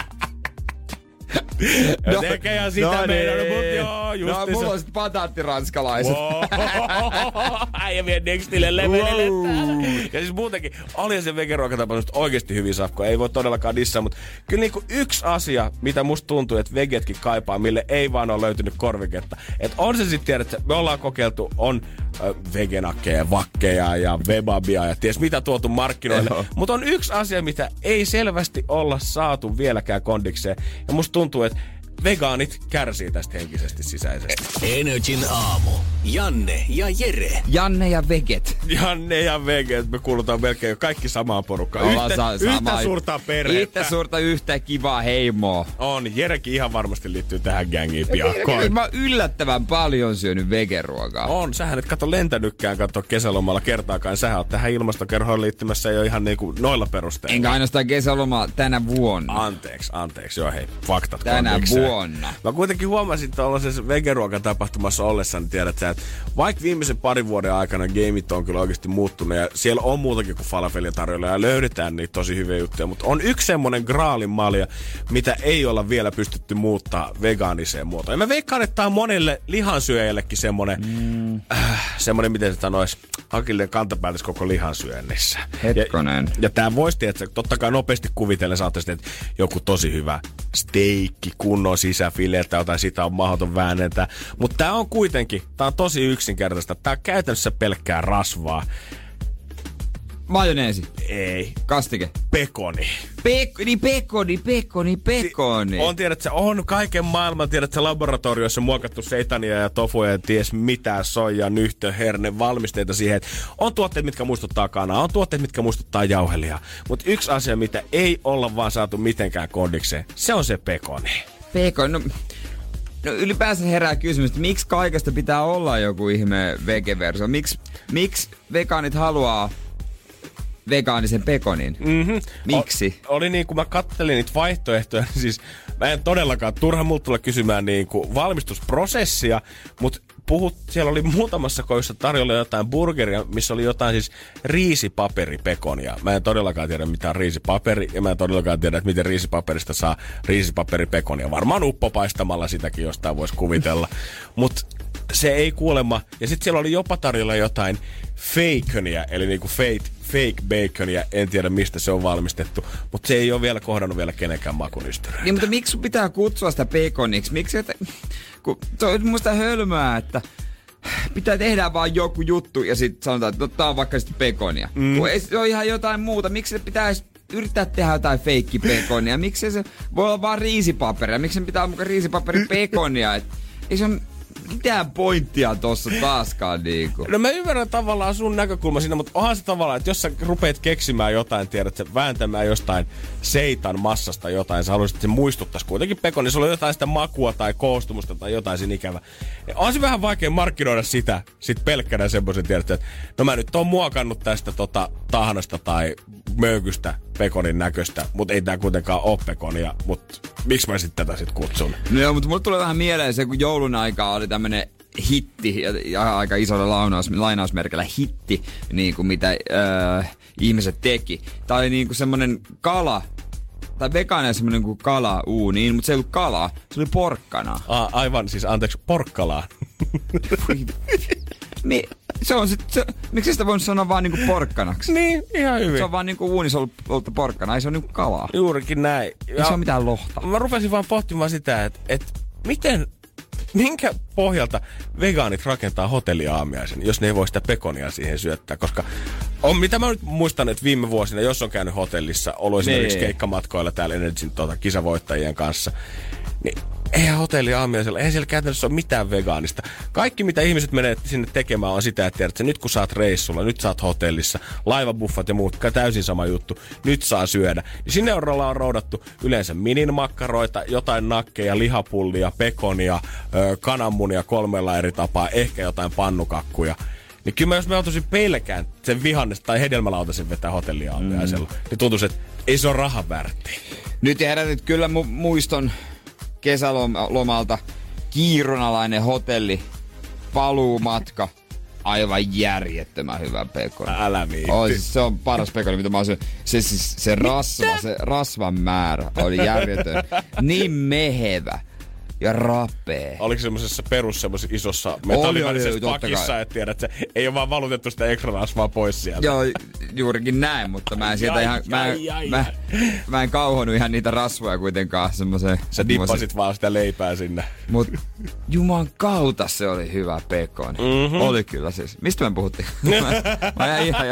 No tekehän sitä meidän, mutta joo, just mulla on sit pataattiranskalaiset. Äijä vie nextille levelille täällä. Ja siis muutenkin, oli se vegeruokatapaus oikeesti hyvin safko. Ei voi todellakaan dissaa, mutta kyllä niinku yksi asia, mitä musta tuntuu, että vegetkin kaipaa, mille ei vaan ole löytynyt korviketta. Että on se sitten tiedät, että me ollaan kokeiltu, on vegenakkeja, vakkeja ja webabia ja ties mitä tuotu markkinoille. Mutta on yksi asia, mitä ei selvästi olla saatu vieläkään kondikseen. Ja musta tuntuu, että vegaanit kärsii tästä henkisesti sisäisesti. Energin aamu. Janne ja Jere. Janne ja veget. Janne ja veget. Me kuulutaan melkein jo kaikki samaan porukkaan. Yhtä suurta perhettä. Yhtä suurta yhtä kivaa heimoa. On. Jerekin ihan varmasti liittyy tähän gängiin piakkoin. Mä oon yllättävän paljon syönyt vegeruokaa. On. Sähän et lentänytkään kesälomalla kertaakaan. Sähän oot tähän ilmastokerhoon liittymässä jo ihan niinku noilla perusteilla. Enkä ainoastaan kesälomalla tänä vuonna. Anteeksi. Joo hei, faktat tänä kondikseen. Vuonna. Mä kuitenkin huomasin tuollaisessa vegeruokatapahtumassa ollessa, niin tiedät sä, että vaikka viimeisen parin vuoden aikana gameit on kyllä oikeasti muuttunut ja siellä on muutakin kuin falafelia tarjolla ja löydetään niitä tosi hyviä juttuja, mutta on yksi semmonen graalin malja, mitä ei olla vielä pystytty muuttaa vegaaniseen muotoon. Ja mä veikkaan, että tää on monelle lihansyöjällekin semmonen, miten se sanois, hakillinen kantapäätös koko lihansyönnissä. Hetkonen. Ja tää voisi, että totta kai nopeasti kuvitellen saattaisi, että joku tosi hyvä steikki, kunnon sisäfileet tai jotain, sitä on mahdoton väännentää. Mutta tää on kuitenkin, tää on tosi yksinkertaista. Tää on käytännössä pelkkää rasvaa. Majoneesi. Ei. Kastike. Pekoni. Pekoni. On, tiedätkö, on kaiken maailman, tiedätkö, laboratorioissa muokattu seitania ja tofuja ja ties mitä, soija, nyhtö, herne, valmisteita siihen. On tuotteet, mitkä muistuttaa kanaa, on tuotteet, mitkä muistuttaa jauhelia. Mutta yksi asia, mitä ei olla vaan saatu mitenkään kondikseen, se on se pekoni. Pekoni, no ylipäänsä herää kysymys, että miksi kaikesta pitää olla joku ihme vegeversio? Miksi vegaanit haluaa vegaanisen pekonin? Miksi? Oli niin, kun mä kattelin niitä vaihtoehtoja, siis mä en todellakaan, turha multa tulla kysymään niinku valmistusprosessia, mutta siellä oli muutamassa koissa tarjolla jotain burgeria, missä oli jotain siis riisipaperipekonia. Mä en todellakaan tiedä, mitä on riisipaperi, ja mä en todellakaan tiedä, että miten riisipaperista saa riisipaperipekonia. Varmaan uppopaistamalla sitäkin jostain voisi kuvitella. Mutta se ei kuulemma. Ja sitten siellä oli jopa tarjolla jotain fakeonia, eli niinku fake baconia. En tiedä, mistä se on valmistettu, mutta se ei ole vielä kohdannut vielä kenenkään makunystyröitä. Niin, mutta miksi sun pitää kutsua sitä baconiksi? Miksi, kun se on musta hölmöä, että pitää tehdä vaan joku juttu ja sitten sanotaan, että tää on vaikka sitten baconia. Kun se on ihan jotain muuta. Miksi se pitäisi yrittää tehdä jotain feikkipekonia? Miksi se voi olla vaan riisipaperia? Miksi sen pitää olla mukaan riisipaperi baconia? Ei se ole mitään pointtia tossa taaskaan niinku. No mä ymmärrän tavallaan sun näkökulma siinä, mutta onhan se tavallaan, että jos sä rupeat keksimään jotain, tiedät sä vääntämään jostain seitan massasta jotain, sä haluaisit, että se muistuttaisi kuitenkin pekon, niin sulla on jotain sitä makua tai koostumusta tai jotain siinä ikävää. On se vähän vaikea markkinoida sitä sit pelkkänä semmoisen, tiedät että no mä nyt oon muokannut tästä tahnasta tai möykystä pekonin näköistä, mutta ei tää kuitenkaan oo pekonia, mutta miksi mä sitten tätä sit kutsun? No joo, mutta mulle tulee vähän mieleen se, kun joulun aikaa oli tämmönen hitti, ja aika isolla lainausmerkillä hitti, niin kuin mitä ihmiset teki. Tää oli niin kuin semmonen kala, tai vegaania semmonen kuin kala-uuniin, mutta se ei ollut kalaa, se oli porkkana. Aivan, siis anteeksi, porkkalaa. Se on miksi sitä voinut sanoa vaan niinku porkkanaksi? Niin, ihan hyvin. Se on vaan niinku uunissa ollut porkkana, ei se on niinku kalaa. Juurikin näin. Ei se ole mitään lohta. Mä rupesin vaan pohtimaan sitä, että minkä pohjalta vegaanit rakentaa hotelliaamiaisen, jos ne ei voi sitä pekonia siihen syöttää, koska mitä mä nyt muistan, että viime vuosina, jos on käynyt hotellissa, ollut esimerkiksi keikkamatkoilla täällä Energyn kisavoittajien kanssa, niin eihän hotelliaamiaisella, eihän siellä käytännössä ole mitään vegaanista. Kaikki, mitä ihmiset menee sinne tekemään, on sitä, että tiedät, että nyt kun sä oot reissulla, nyt sä oot hotellissa, laivabuffat ja muut, täysin sama juttu, nyt saa syödä. Niin sinne on roudattu yleensä minimakkaroita, jotain nakkeja, lihapullia, pekonia, kananmunia 3 eri tapaa, ehkä jotain pannukakkuja. Niin kyllä jos mä joutuisin pelkään sen vihannesta tai hedelmälautasen vetää hotelliaamiaisella, niin tuntuisi, että ei se ole rahan väärti. Nyt herätit kyllä muiston kesälomalta kiirunalainen hotelli, paluumatka, aivan järjettömän hyvä pekoni. Älä viitti. Se on paras pekoni, mitä mä oon se rasvan määrä oli järjetön. Niin mehevä ja rapee. Oliko semmoisessa isossa metallivärisessä pakissa, että tiedät, että se ei ole vaan valutettu sitä ekstra rasvaa pois sieltä? Joo, juurikin näin, mutta mä en sieltä mä en kauhonut ihan niitä rasvoja kuitenkaan semmoiseen. Sä dippasit vaan sitä leipää sinne. Mut juman kautta se oli hyvä pekoni. Oli kyllä siis. Mistä me puhuttiin? Mä jäin ihan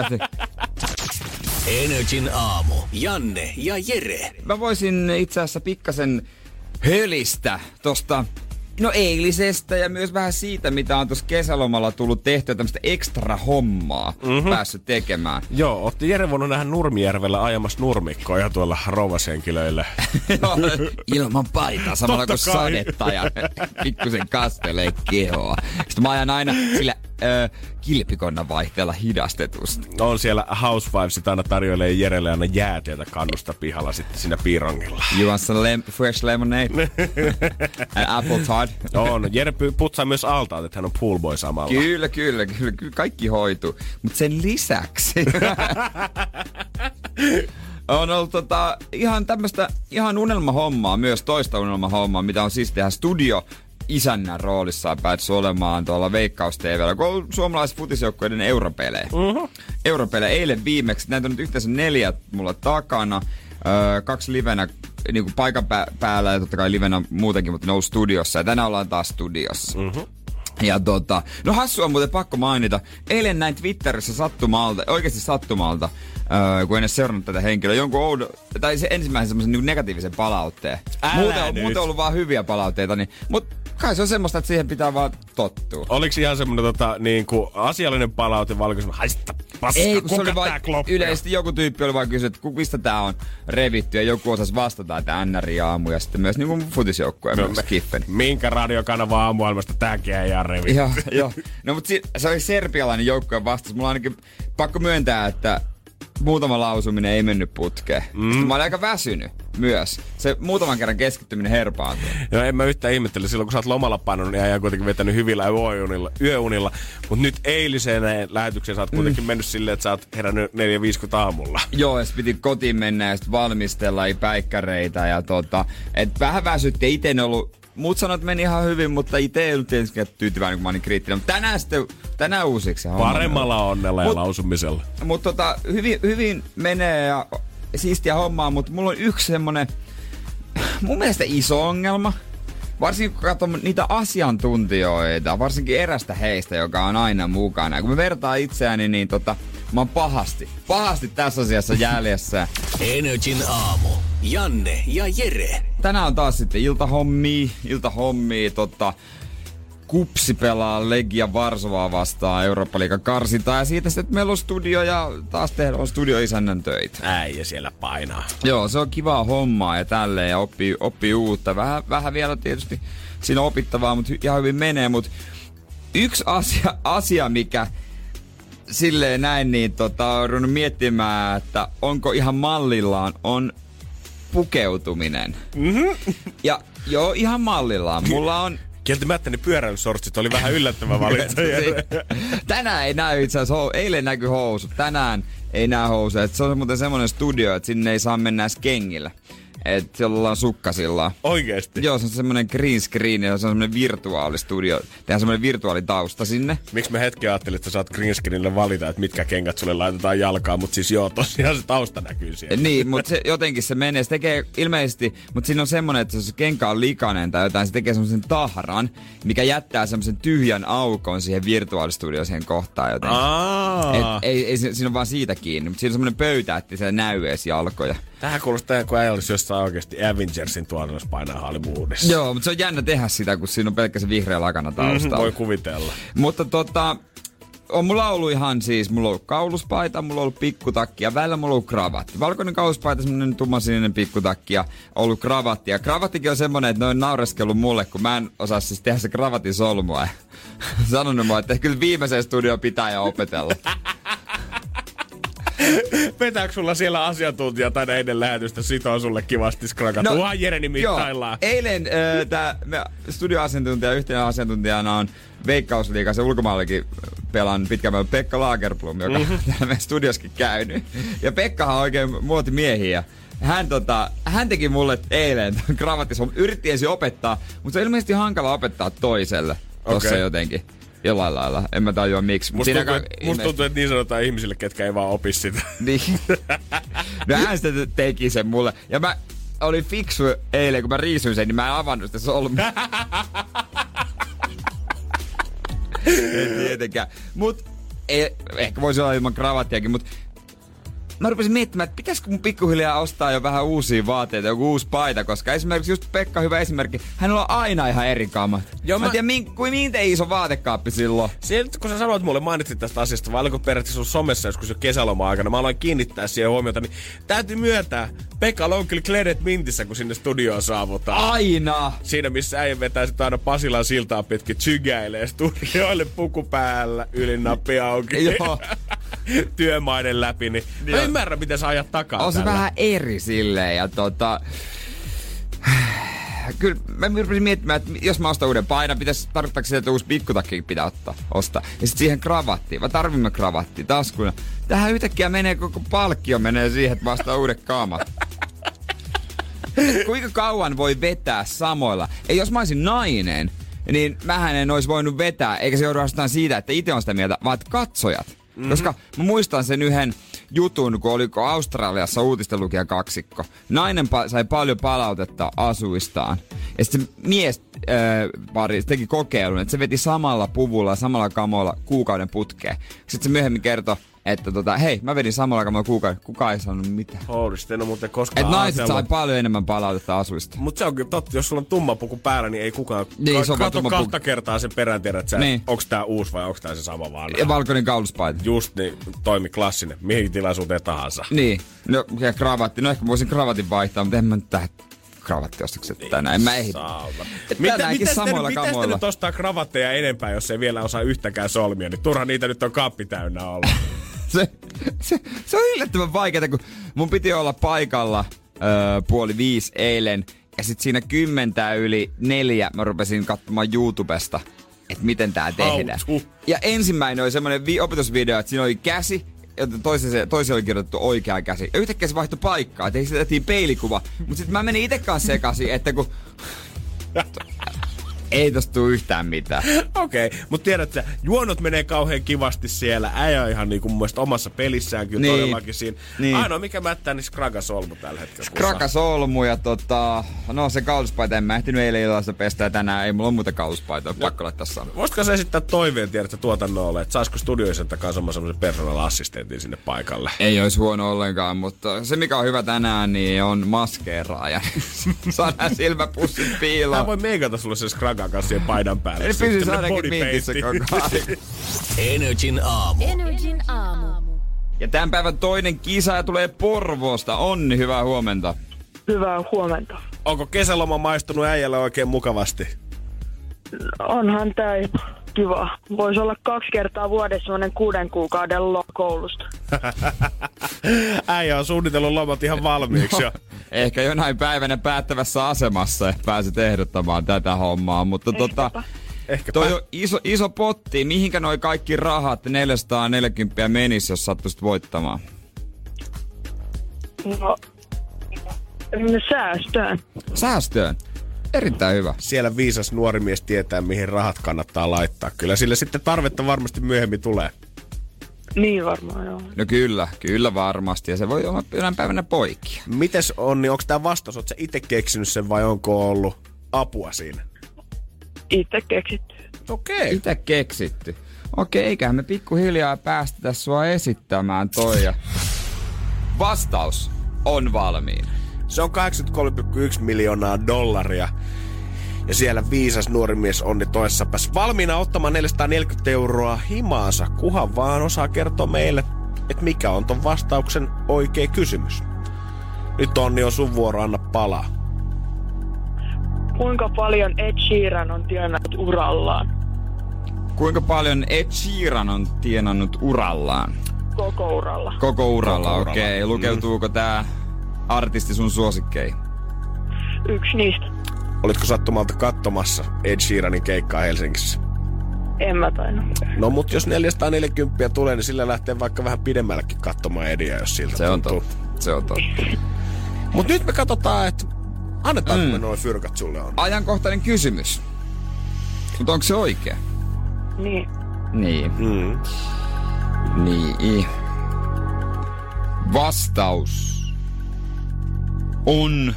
Energin aamu. Janne ja Jere. Mä voisin itse asiassa pikkasen hölistä tosta eilisestä ja myös vähän siitä, mitä on tuossa kesälomalla tullut tehtyä, tämmöistä ekstra hommaa päässyt tekemään. Joo, ootte Jere voinut nähdä Nurmijärvellä ajamassa nurmikkoja tuolla rouvashenkilöille. Joo, ilman paitaa samalla kun sadetta ja pikkusen kastelee kehoa. Sitten mä ajan aina sillä kilpikonnan vaihteella hidastetusti. On siellä Housewivesit aina tarjoilee Jerelle aina jäätiötä kannusta pihalla sitten siinä piirongilla. You want some fresh lemonade? And apple tart? On. Jere putsaa myös altaat, että hän on poolboy samalla. Kyllä. Kaikki hoituu. Mutta sen lisäksi on ollut ihan tämmöistä ihan unelmahommaa, myös toista unelmahommaa, mitä on siis tehdä studio isännän roolissaan päätössä olemaan tuolla Veikkaus TV:llä, kun on suomalaiset futisjoukkoiden europelejä. Europelejä eilen viimeksi. Näitä on nyt yhteensä 4 mulla takana. 2 livenä niin kuin paikan päällä ja totta kai livenä muutenkin, mutta ne on ollut studiossa. Ja tänään ollaan taas studiossa. Ja hassua on muuten pakko mainita. Eilen näin Twitterissä oikeasti sattumalta, kun en edes seurannut tätä henkilöä, tai se ensimmäisen semmoisen niin negatiivisen palautteen. Muuten on ollut vaan hyviä palautteita, mutta kai se on semmoista, että siihen pitää vaan tottua. Oliko ihan semmoinen niinku asiallinen palaute, vai oliko semmoinen, haista paska, ei, kun se oli vaan yleisesti joku tyyppi oli vaan kysynyt, että mistä tää on revitty, ja joku osasi vastata, että NR-aamu, ja sitten myös niinku futisjoukkueen myös Kiffen. Minkä radiokanava aamuohjelmasta tääkin ei ihan revitty? Joo. No mutta se oli serbialainen joukkueen vastaus. Mulla on ainakin pakko myöntää, että muutama lausuminen ei mennyt putkeen. Sitten mä olin aika väsynyt myös. Se muutaman kerran keskittyminen herpaantui. Joo, en mä yhtään ihmettele. Silloin kun sä oot lomalla painunut, niin ajan kuitenkin vetänyt hyvillä yöunilla. Mutta nyt eiliseen lähetykseen sä oot kuitenkin mennyt silleen, että sä oot herännyt 4:50 aamulla. Joo, ja piti kotiin mennä ja sit valmistella päikkäreitä ja et vähän väsytti. Ite en ollut, muut sanot, että meni ihan hyvin, mutta ite ei ollut tietysti tyytyväinen, kun mä olin kriittinen. Mutta tänään uusiksi. Paremmalla onnella ja lausumisella. Mutta hyvin menee ja siistiä hommaa, mutta mulla on yksi semmonen mun mielestä iso ongelma. Varsinkin kun katson niitä asiantuntijoita, varsinkin erästä heistä, joka on aina mukana. Kun mä vertaan itseäni, niin mä oon pahasti tässä asiassa jäljessä. NRJ:n aamu. Janne ja Jere. Tänään on taas sitten iltahommia. Kupsi pelaa Legia Varsovaa vastaan Eurooppa-liigan karsintaa ja siitä sitten meillä on studio ja taas tehdään studioisännän töitä. Äijä siellä painaa. Joo, se on kivaa hommaa ja tälleen ja oppii uutta. Vähän vielä tietysti siinä on opittavaa, mutta ihan hyvin menee. Mutta yksi asia mikä silleen näin, niin on ruvennut miettimään, että onko ihan mallillaan, on pukeutuminen. Ja joo, ihan mallillaan. Mulla on kieltämättä ne pyöräilysortsit oli vähän yllättävä valinta. Tänään ei näy itse asiassa, eilen näkyi housut, tänään ei näy housuja. Se on muuten semmonen studio, että sinne ei saa mennä edes kengillä. Että siellä ollaan sukkasillaan. Oikeesti? Joo, se on semmonen green screen ja se on semmonen virtuaalistudio. Tehdään semmonen virtuaalitausta sinne. Miksi mä hetken ajattelin, että sä saat green screenille valita, että mitkä kengät sulle laitetaan jalkaan, mutta siis joo, tosiaan se tausta näkyy siellä. Niin, mutta se, jotenkin se menee. Se tekee ilmeisesti, mutta siinä on semmonen, että se kenkä on likainen tai jotain, se tekee semmosen tahran, mikä jättää semmosen tyhjän aukon siihen virtuaalistudioon siihen kohtaan jotenkin. Ei, siinä on vaan siitä kiinni, mutta siinä on semmonen pöytä, että se näy edes jalkoja. Tähän kuulostaa, kun ei olisi jossain oikeasti Avengersin tuotannossa painaa Hollywoodissa. Joo, mutta se on jännä tehdä sitä, kun siinä on pelkkä se vihreä lakana taustalla. Voi kuvitella. Mutta on mulla ollut ihan siis, mulla on ollut kauluspaita, mulla on ollut pikkutakki ja välillä mulla on ollut kravatti. Valkoinen kauluspaita, semmonen tummansininen pikkutakki ja ollut kravatti. Ja kravattikin on semmonen, että ne on naureskellut mulle, kun mä en osaa siis tehdä se kravatin solmua. Ja sanonut mua, että kyllä viimeiseen studioon pitää jo opetella. Vetääkö sulla siellä asiantuntija tai ennen lähetystä sitoo sulle kivasti skrakat? Uhan Jere nimittäillaan. Eilen studioasiantuntija, yhtenä asiantuntijana on Veikkausliiga, se ulkomaallakin pelan pitkään Pekka Lagerblom, joka on täällä meidän studioskin käynyt. Ja Pekkahan on oikein muotimiehiä. Hän teki mulle eilen kravatissa. Yritti ensin opettaa, mutta se on ilmeisesti hankala opettaa toiselle tossa jotenkin. Jollain lailla. En mä tajua miksi. Musta tuntuu, että niin sanotaan ihmisille, ketkä ei vaan opi sitä. Niin. No hän sitten teki sen mulle. Ja mä olin fiksu eilen, kun mä riisuin sen, niin mä en avannut sitä solmua. En tietenkään. Mut ehkä voisi olla ilman kravattiakin, mut mä rupesin miettimään, että pitäisikö mun pikkuhiljaa ostaa jo vähän uusia vaatteita, joku uusi paita, koska esimerkiksi just Pekka, hyvä esimerkki, hänellä on aina ihan eri kamat. Joo, mä en tiedä, miten iso vaatekaappi silloin. Sieltä, kun sä sanoit mulle, mainitsit tästä asiasta, vai oliko periaatteessa sun somessa joskus jo kesäloma-aikana, mä aloin kiinnittää siihen huomiota, niin täytyy myöntää, Pekalla on kyllä kledet mintissä, kun sinne studioon saavutaan. Aina! Siinä, missä äijä vetää sitä aina Pasilan siltaa pitkin, tsygäilee studioille puku päällä, ylin-nappi auki. Joo. Työmaiden läpi, niin mä ymmärrän, miten sä ajat takaa. On se vähän eri silleen ja kyllä mä rupesin miettimään, että jos mä ostan uuden paidan, tarkoittaako sitä, että uusi pikkutakkikin pitää ostaa. Ja sit siihen kravattiin. Vai tarvimme kravattiin taskuna. Tähän yhtäkkiä menee koko palkkio menee siihen, että mä ostan uudet kaamat. Kuinka kauan voi vetää samoilla? Ei jos mä olisin nainen, niin mähän en olisi voinut vetää, eikä se joudu ainoastaan siitä, että itse on sitä mieltä, vaan katsojat. Koska mä muistan sen yhden jutun, kun oliko Australiassa uutistenlukija kaksikko. Nainen sai paljon palautetta asuistaan. Ja sitten mies pari teki kokeilun, että se veti samalla puvulla, samalla kamoilla kuukauden putkeen. Sitten se myöhemmin kertoi, että hei, mä vedin samalla kamoilla kuukauden. Kukaan ei sanonut mitään. Houdista, en ole muuten koskaan että naiset sai paljon enemmän palautetta asuista. Mutta se on kyllä totta, jos sulla on tumma puku päällä, niin ei kukaan kato kahta kertaa sen perään tiedä, että onks tää uusi vai onks tää se sama vanha. Ja valkoinen kauluspaita. Just niin, toimi klassinen, mihin tilaisuuteen tahansa. Niin, no ja kravatti, no ehkä voisin kravatin vaihtaa, mutta en mä nyt tähän kravattiostaksi tänään. En mä ehdi. Tänäänkin samoilla kamoilla. Miten nyt ostaa kravatteja enempää, jos ei vielä osaa yhtäkään solmia, niin turha niitä nyt on kaappi täynnä olla. Se on yllättävän vaikeaa, kun mun piti olla paikalla 4:30 eilen. Ja sit siinä 4:10 mä rupesin katsomaan YouTubesta, että miten tää tehdään. Ja ensimmäinen oli semmonen opetusvideo, että siinä oli käsi, ja toisella oli kirjoitettu oikea käsi. Ja yhtäkkiä se vaihtoi paikkaa, että siitä tehtiin peilikuva. Mut sit mä menin ite kanssa sekaisin, että kun... Ei tosta tuu yhtään mitään. Okei, mutta tiedätkö, juonot menee kauhean kivasti siellä. Äijä on ihan niinku mun mielestä omassa pelissään kyllä todellakin siinä. Niin. Ainoa mikä mättää, niin Skragasolmu tällä hetkellä. Skragasolmu ja no se kauluspaita en mä ehtinyt eilen illasta pestä ja tänään ei mulla ole muuta kauluspaitoa. Pakko laittaa sanoa. Voisitko sä esittää toiveen, tiedätkö, tuotannolle, että saisiko studioisen takaa semmoisen personal-assistentin sinne paikalle? Ei olisi huono ollenkaan, mutta se mikä on hyvä tänään, niin on maskeeraaja. Saadaan silmäpussit piiloon. Hän voi meikata sulle sen Skragan kanssa siihen paidan päälle. Eli pysyis ainakin mintissä koko ajan. Energin aamu. Ja tämän päivän toinen kisa tulee Porvoosta. Onni, hyvää huomenta. Hyvää huomenta. Onko kesäloma maistunut äijällä oikein mukavasti? Onhan tää kiva. Voisi olla 2 kertaa vuodessa semmonen 6 kuukauden koulusta. Äijä on suunnitellut lomat ihan valmiiksi jo. Ehkä jonain päivänä päättävässä asemassa pääsit ehdottamaan tätä hommaa, mutta toi on iso potti. Mihinkä noi kaikki rahat 440 menisi, jos sattuisit voittamaan? No, säästöön. Säästöön? Erittäin hyvä. Siellä viisas nuori mies tietää, mihin rahat kannattaa laittaa. Kyllä sille sitten tarvetta varmasti myöhemmin tulee. Niin varmaan, joo. No kyllä varmasti. Ja se voi olla jonain päivänä poikia. Mites Onni, onko tää vastaus? Ootko sä itse keksinyt sen vai onko ollut apua siinä? Itse keksitty. Okei. Itse keksitty. Okei, eiköhän me pikkuhiljaa päästetä sua esittämään toi. Ja vastaus on valmiina. Se on $83,1 miljoonaa. Ja siellä viisas nuori mies Onni toissapäs valmiina ottamaan 440 € himaansa, kuhan vaan osaa kertoa meille, että mikä on ton vastauksen oikea kysymys. Nyt Onni on sun vuoro, anna palaa. Kuinka paljon Ed Sheeran on tienannut urallaan? Kuinka paljon Ed Sheeran on tienannut urallaan? Koko uralla. Koko uralla, okei. Lukeutuuko tää artisti sun suosikkeihin? Yksi niistä. Olitko sattumalta katsomassa Ed Sheeranin keikkaa Helsingissä? En mä tainnut. No mut jos 440 tulee, niin sillä lähtee vaikka vähän pidemmälläkin katsomaan Ediä, jos siltä tuntuu. Se on totta. Mut nyt me katsotaan, että annetaanko me noin fyrkat sulle on. Ajankohtainen kysymys. Mut onko se oikea? Niin. Niin. Niin. Vastaus on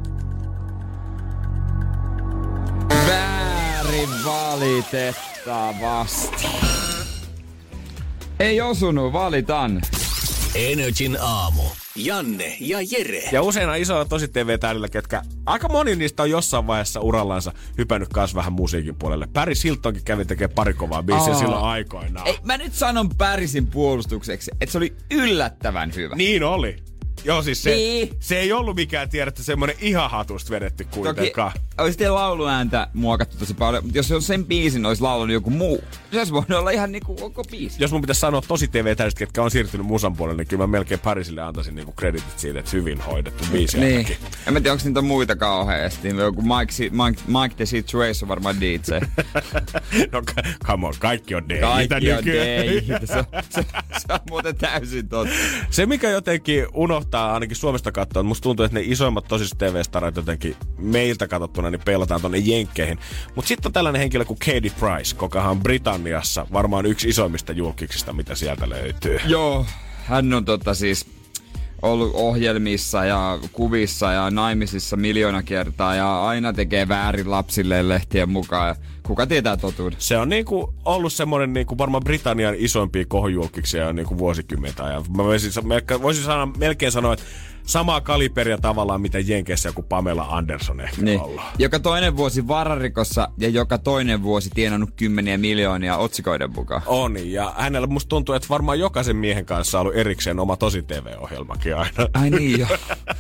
väärin valitettavasti. Ei osunut, valitan. Energin aamu. Janne ja Jere. Ja useina isoilla tosi TV-tähdillä, ketkä aika moni niistä on jossain vaiheessa urallansa hypännyt kans vähän musiikin puolelle. Paris Hiltonkin kävi tekemään pari kovaa biisiä silloin aikoinaan. Ei, mä nyt sanon Parisin puolustukseksi, että se oli yllättävän hyvä. Niin oli. Joo, siis se ei ollut mikään, tiedätte, semmoinen ihan hatusta vedetty kuitenkaan. Toki olisi lauluääntä muokattu tosi paljon, mutta jos se on sen biisin, olisi laulanut joku muu. Se olisi voinut olla ihan niinku koko biisi. Jos mun pitäisi sanoa tosi TV-täydet, ketkä on siirtynyt musan puolelle, niin kyllä mä melkein Parisille antaisin niinku kreditit siitä, että hyvin hoidettu biisi ainakin. En mä tiedä, onko niitä muita kauheasti. Joku Mike the Situation varmaan DJ. No come on, kaikki on DJ. Kaikki on DJ. Se on muuten täysin totta. Se mikä jotenkin unohtaa ainakin Suomesta katsoa, musta tuntuu, että ne isoimmat tosista TV-starat jotenkin meiltä katsottuna, niin peilataan tonne jenkkeihin. Mutta sitten on tällainen henkilö kuin Katie Price, kokahan on Britanniassa varmaan yksi isoimmista julkiksista, mitä sieltä löytyy. Joo, hän on siis ollut ohjelmissa ja kuvissa ja naimisissa 1,000,000 kertaa ja aina tekee väärin lapsille lehtien mukaan. Kuka tietää totuuden? Se on niinku ollut semmoinen niinku varmaan Britannian isoimpia kohojulkiksia niinku vuosikymmentä ajan. Mä voisin melkein sanoa, että samaa kaliberia tavallaan, mitä Jenkeissä joku Pamela Anderson ehkä on ollut. Joka toinen vuosi vararikossa ja joka toinen vuosi tienannut 10 miljoonia otsikoiden mukaan. On, ja hänellä musta tuntuu, että varmaan jokaisen miehen kanssa on ollut erikseen oma tosi TV-ohjelmakin aina. Ai niin jo.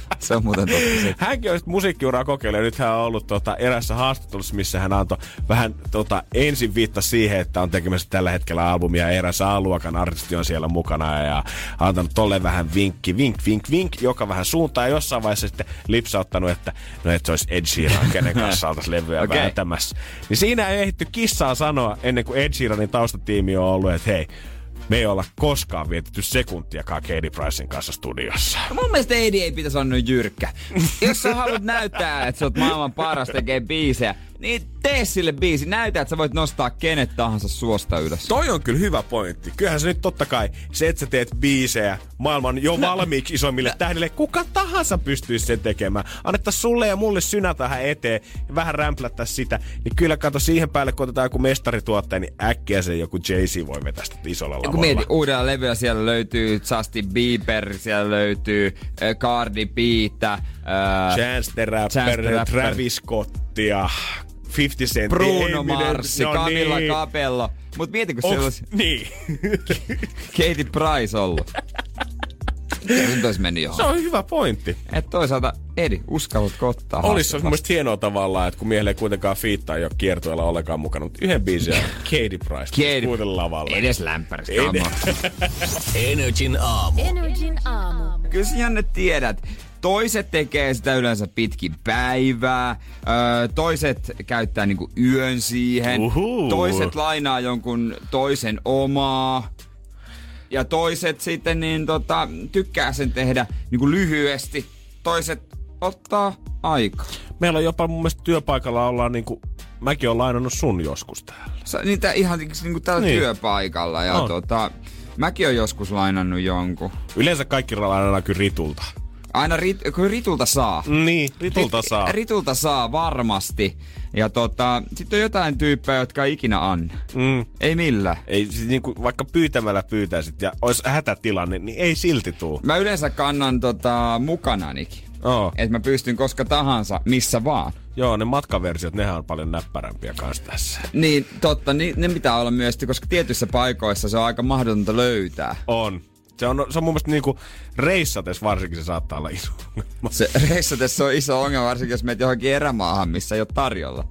Se on muuten totta. Hänkin on musiikkiuraa kokeillut. Nyt hän on ollut erässä haastattelussa, missä hän antoi vähän ensin viittasi siihen, että on tekemässä tällä hetkellä albumia ja erässä A-luokan artisti on siellä mukana ja antanut tolleen vähän vink, joka vähän suuntaan ja jossain vaiheessa sitten lipsauttanut, että se olisi Ed Sheeran, kenen kanssa oltaisiin levyä vääntämässä. Niin siinä ei ehditty kissaa sanoa ennen kuin Ed Sheeranin taustatiimi on ollut, että hei, me ei olla koskaan vietetty sekuntiakaan Katy Pricen kanssa studiossa. Mun mielestä Eddie ei pitäisi olla noin jyrkkä. Jos sä haluat näyttää, että sä oot maailman paras tekee biisejä, niin tee sille biisi. Näytä, että sä voit nostaa kenet tahansa suosta ylös. Toi on kyllä hyvä pointti. Kyllähän se nyt totta kai, se että sä teet biisejä maailman jo valmiiksi isommille tähdille, kuka tahansa pystyisi sen tekemään. Annettais sulle ja mulle synä tähän eteen ja vähän rämplättäis sitä. Niin kyllä kato siihen päälle, kun otetaan joku mestarituottaja, niin äkkiä se joku Jay-Z voi vetää sitä isolla lavalla. Kun mietin, uudella levyllä siellä löytyy Justin Bieber, siellä löytyy Cardi B:tä, Chance the Rapper, Travis Scottia, 50 Cent, Bruno Mars, Camilla Cabello. Mut mieti, kun se olisi niin. Katy Price ollut. Se olisi mennyt johon. Se on hyvä pointti. Et toisaalta, Edi, uskallatko ottaa? Olisi mun mielestä hienoa tavallaan, että kun miehelle ei kuitenkaan fiittaa jo kiertueella ollenkaan mukana, mutta yhden biisin Katy Price kuitenkin lavalla. Edes lämpäristä. Energin aamu. Kyllä sä, Janne, tiedät. Toiset tekee sitä yleensä pitkin päivää, toiset käyttää niinku yön siihen, toiset lainaa jonkun toisen omaa ja toiset sitten tykkää sen tehdä niinku lyhyesti, toiset ottaa aikaa. Meillä on jopa mun mielestä työpaikalla ollaan niinku, mäkin olen lainannut sun joskus täällä. Niitä ihan niinku tällä työpaikalla ja mäkin olen joskus lainannut jonkun. Yleensä kaikki lainaa kyllä Ritulta. Aina kun Ritulta saa. Niin, Ritulta saa. Ritulta saa varmasti. Ja sitten on jotain tyyppejä, jotka ei ikinä anna. Ei millään. Ei, siis niinku, vaikka pyytämällä pyytäisit ja olisi hätätilanne, niin ei silti tuu. Mä yleensä kannan mukananikin. Että mä pystyn koska tahansa, missä vaan. Joo, ne matkaversiot, nehän on paljon näppärämpiä kanssa tässä. Niin, totta. Ne pitää olla myös, koska tietyissä paikoissa se on aika mahdotonta löytää. On. Se on mun mielestä niinku reissates varsinkin se saattaa olla iso ongelma. Se reissates on iso ongelma varsinkin, jos menet johonkin erämaahan, missä ei ole tarjolla.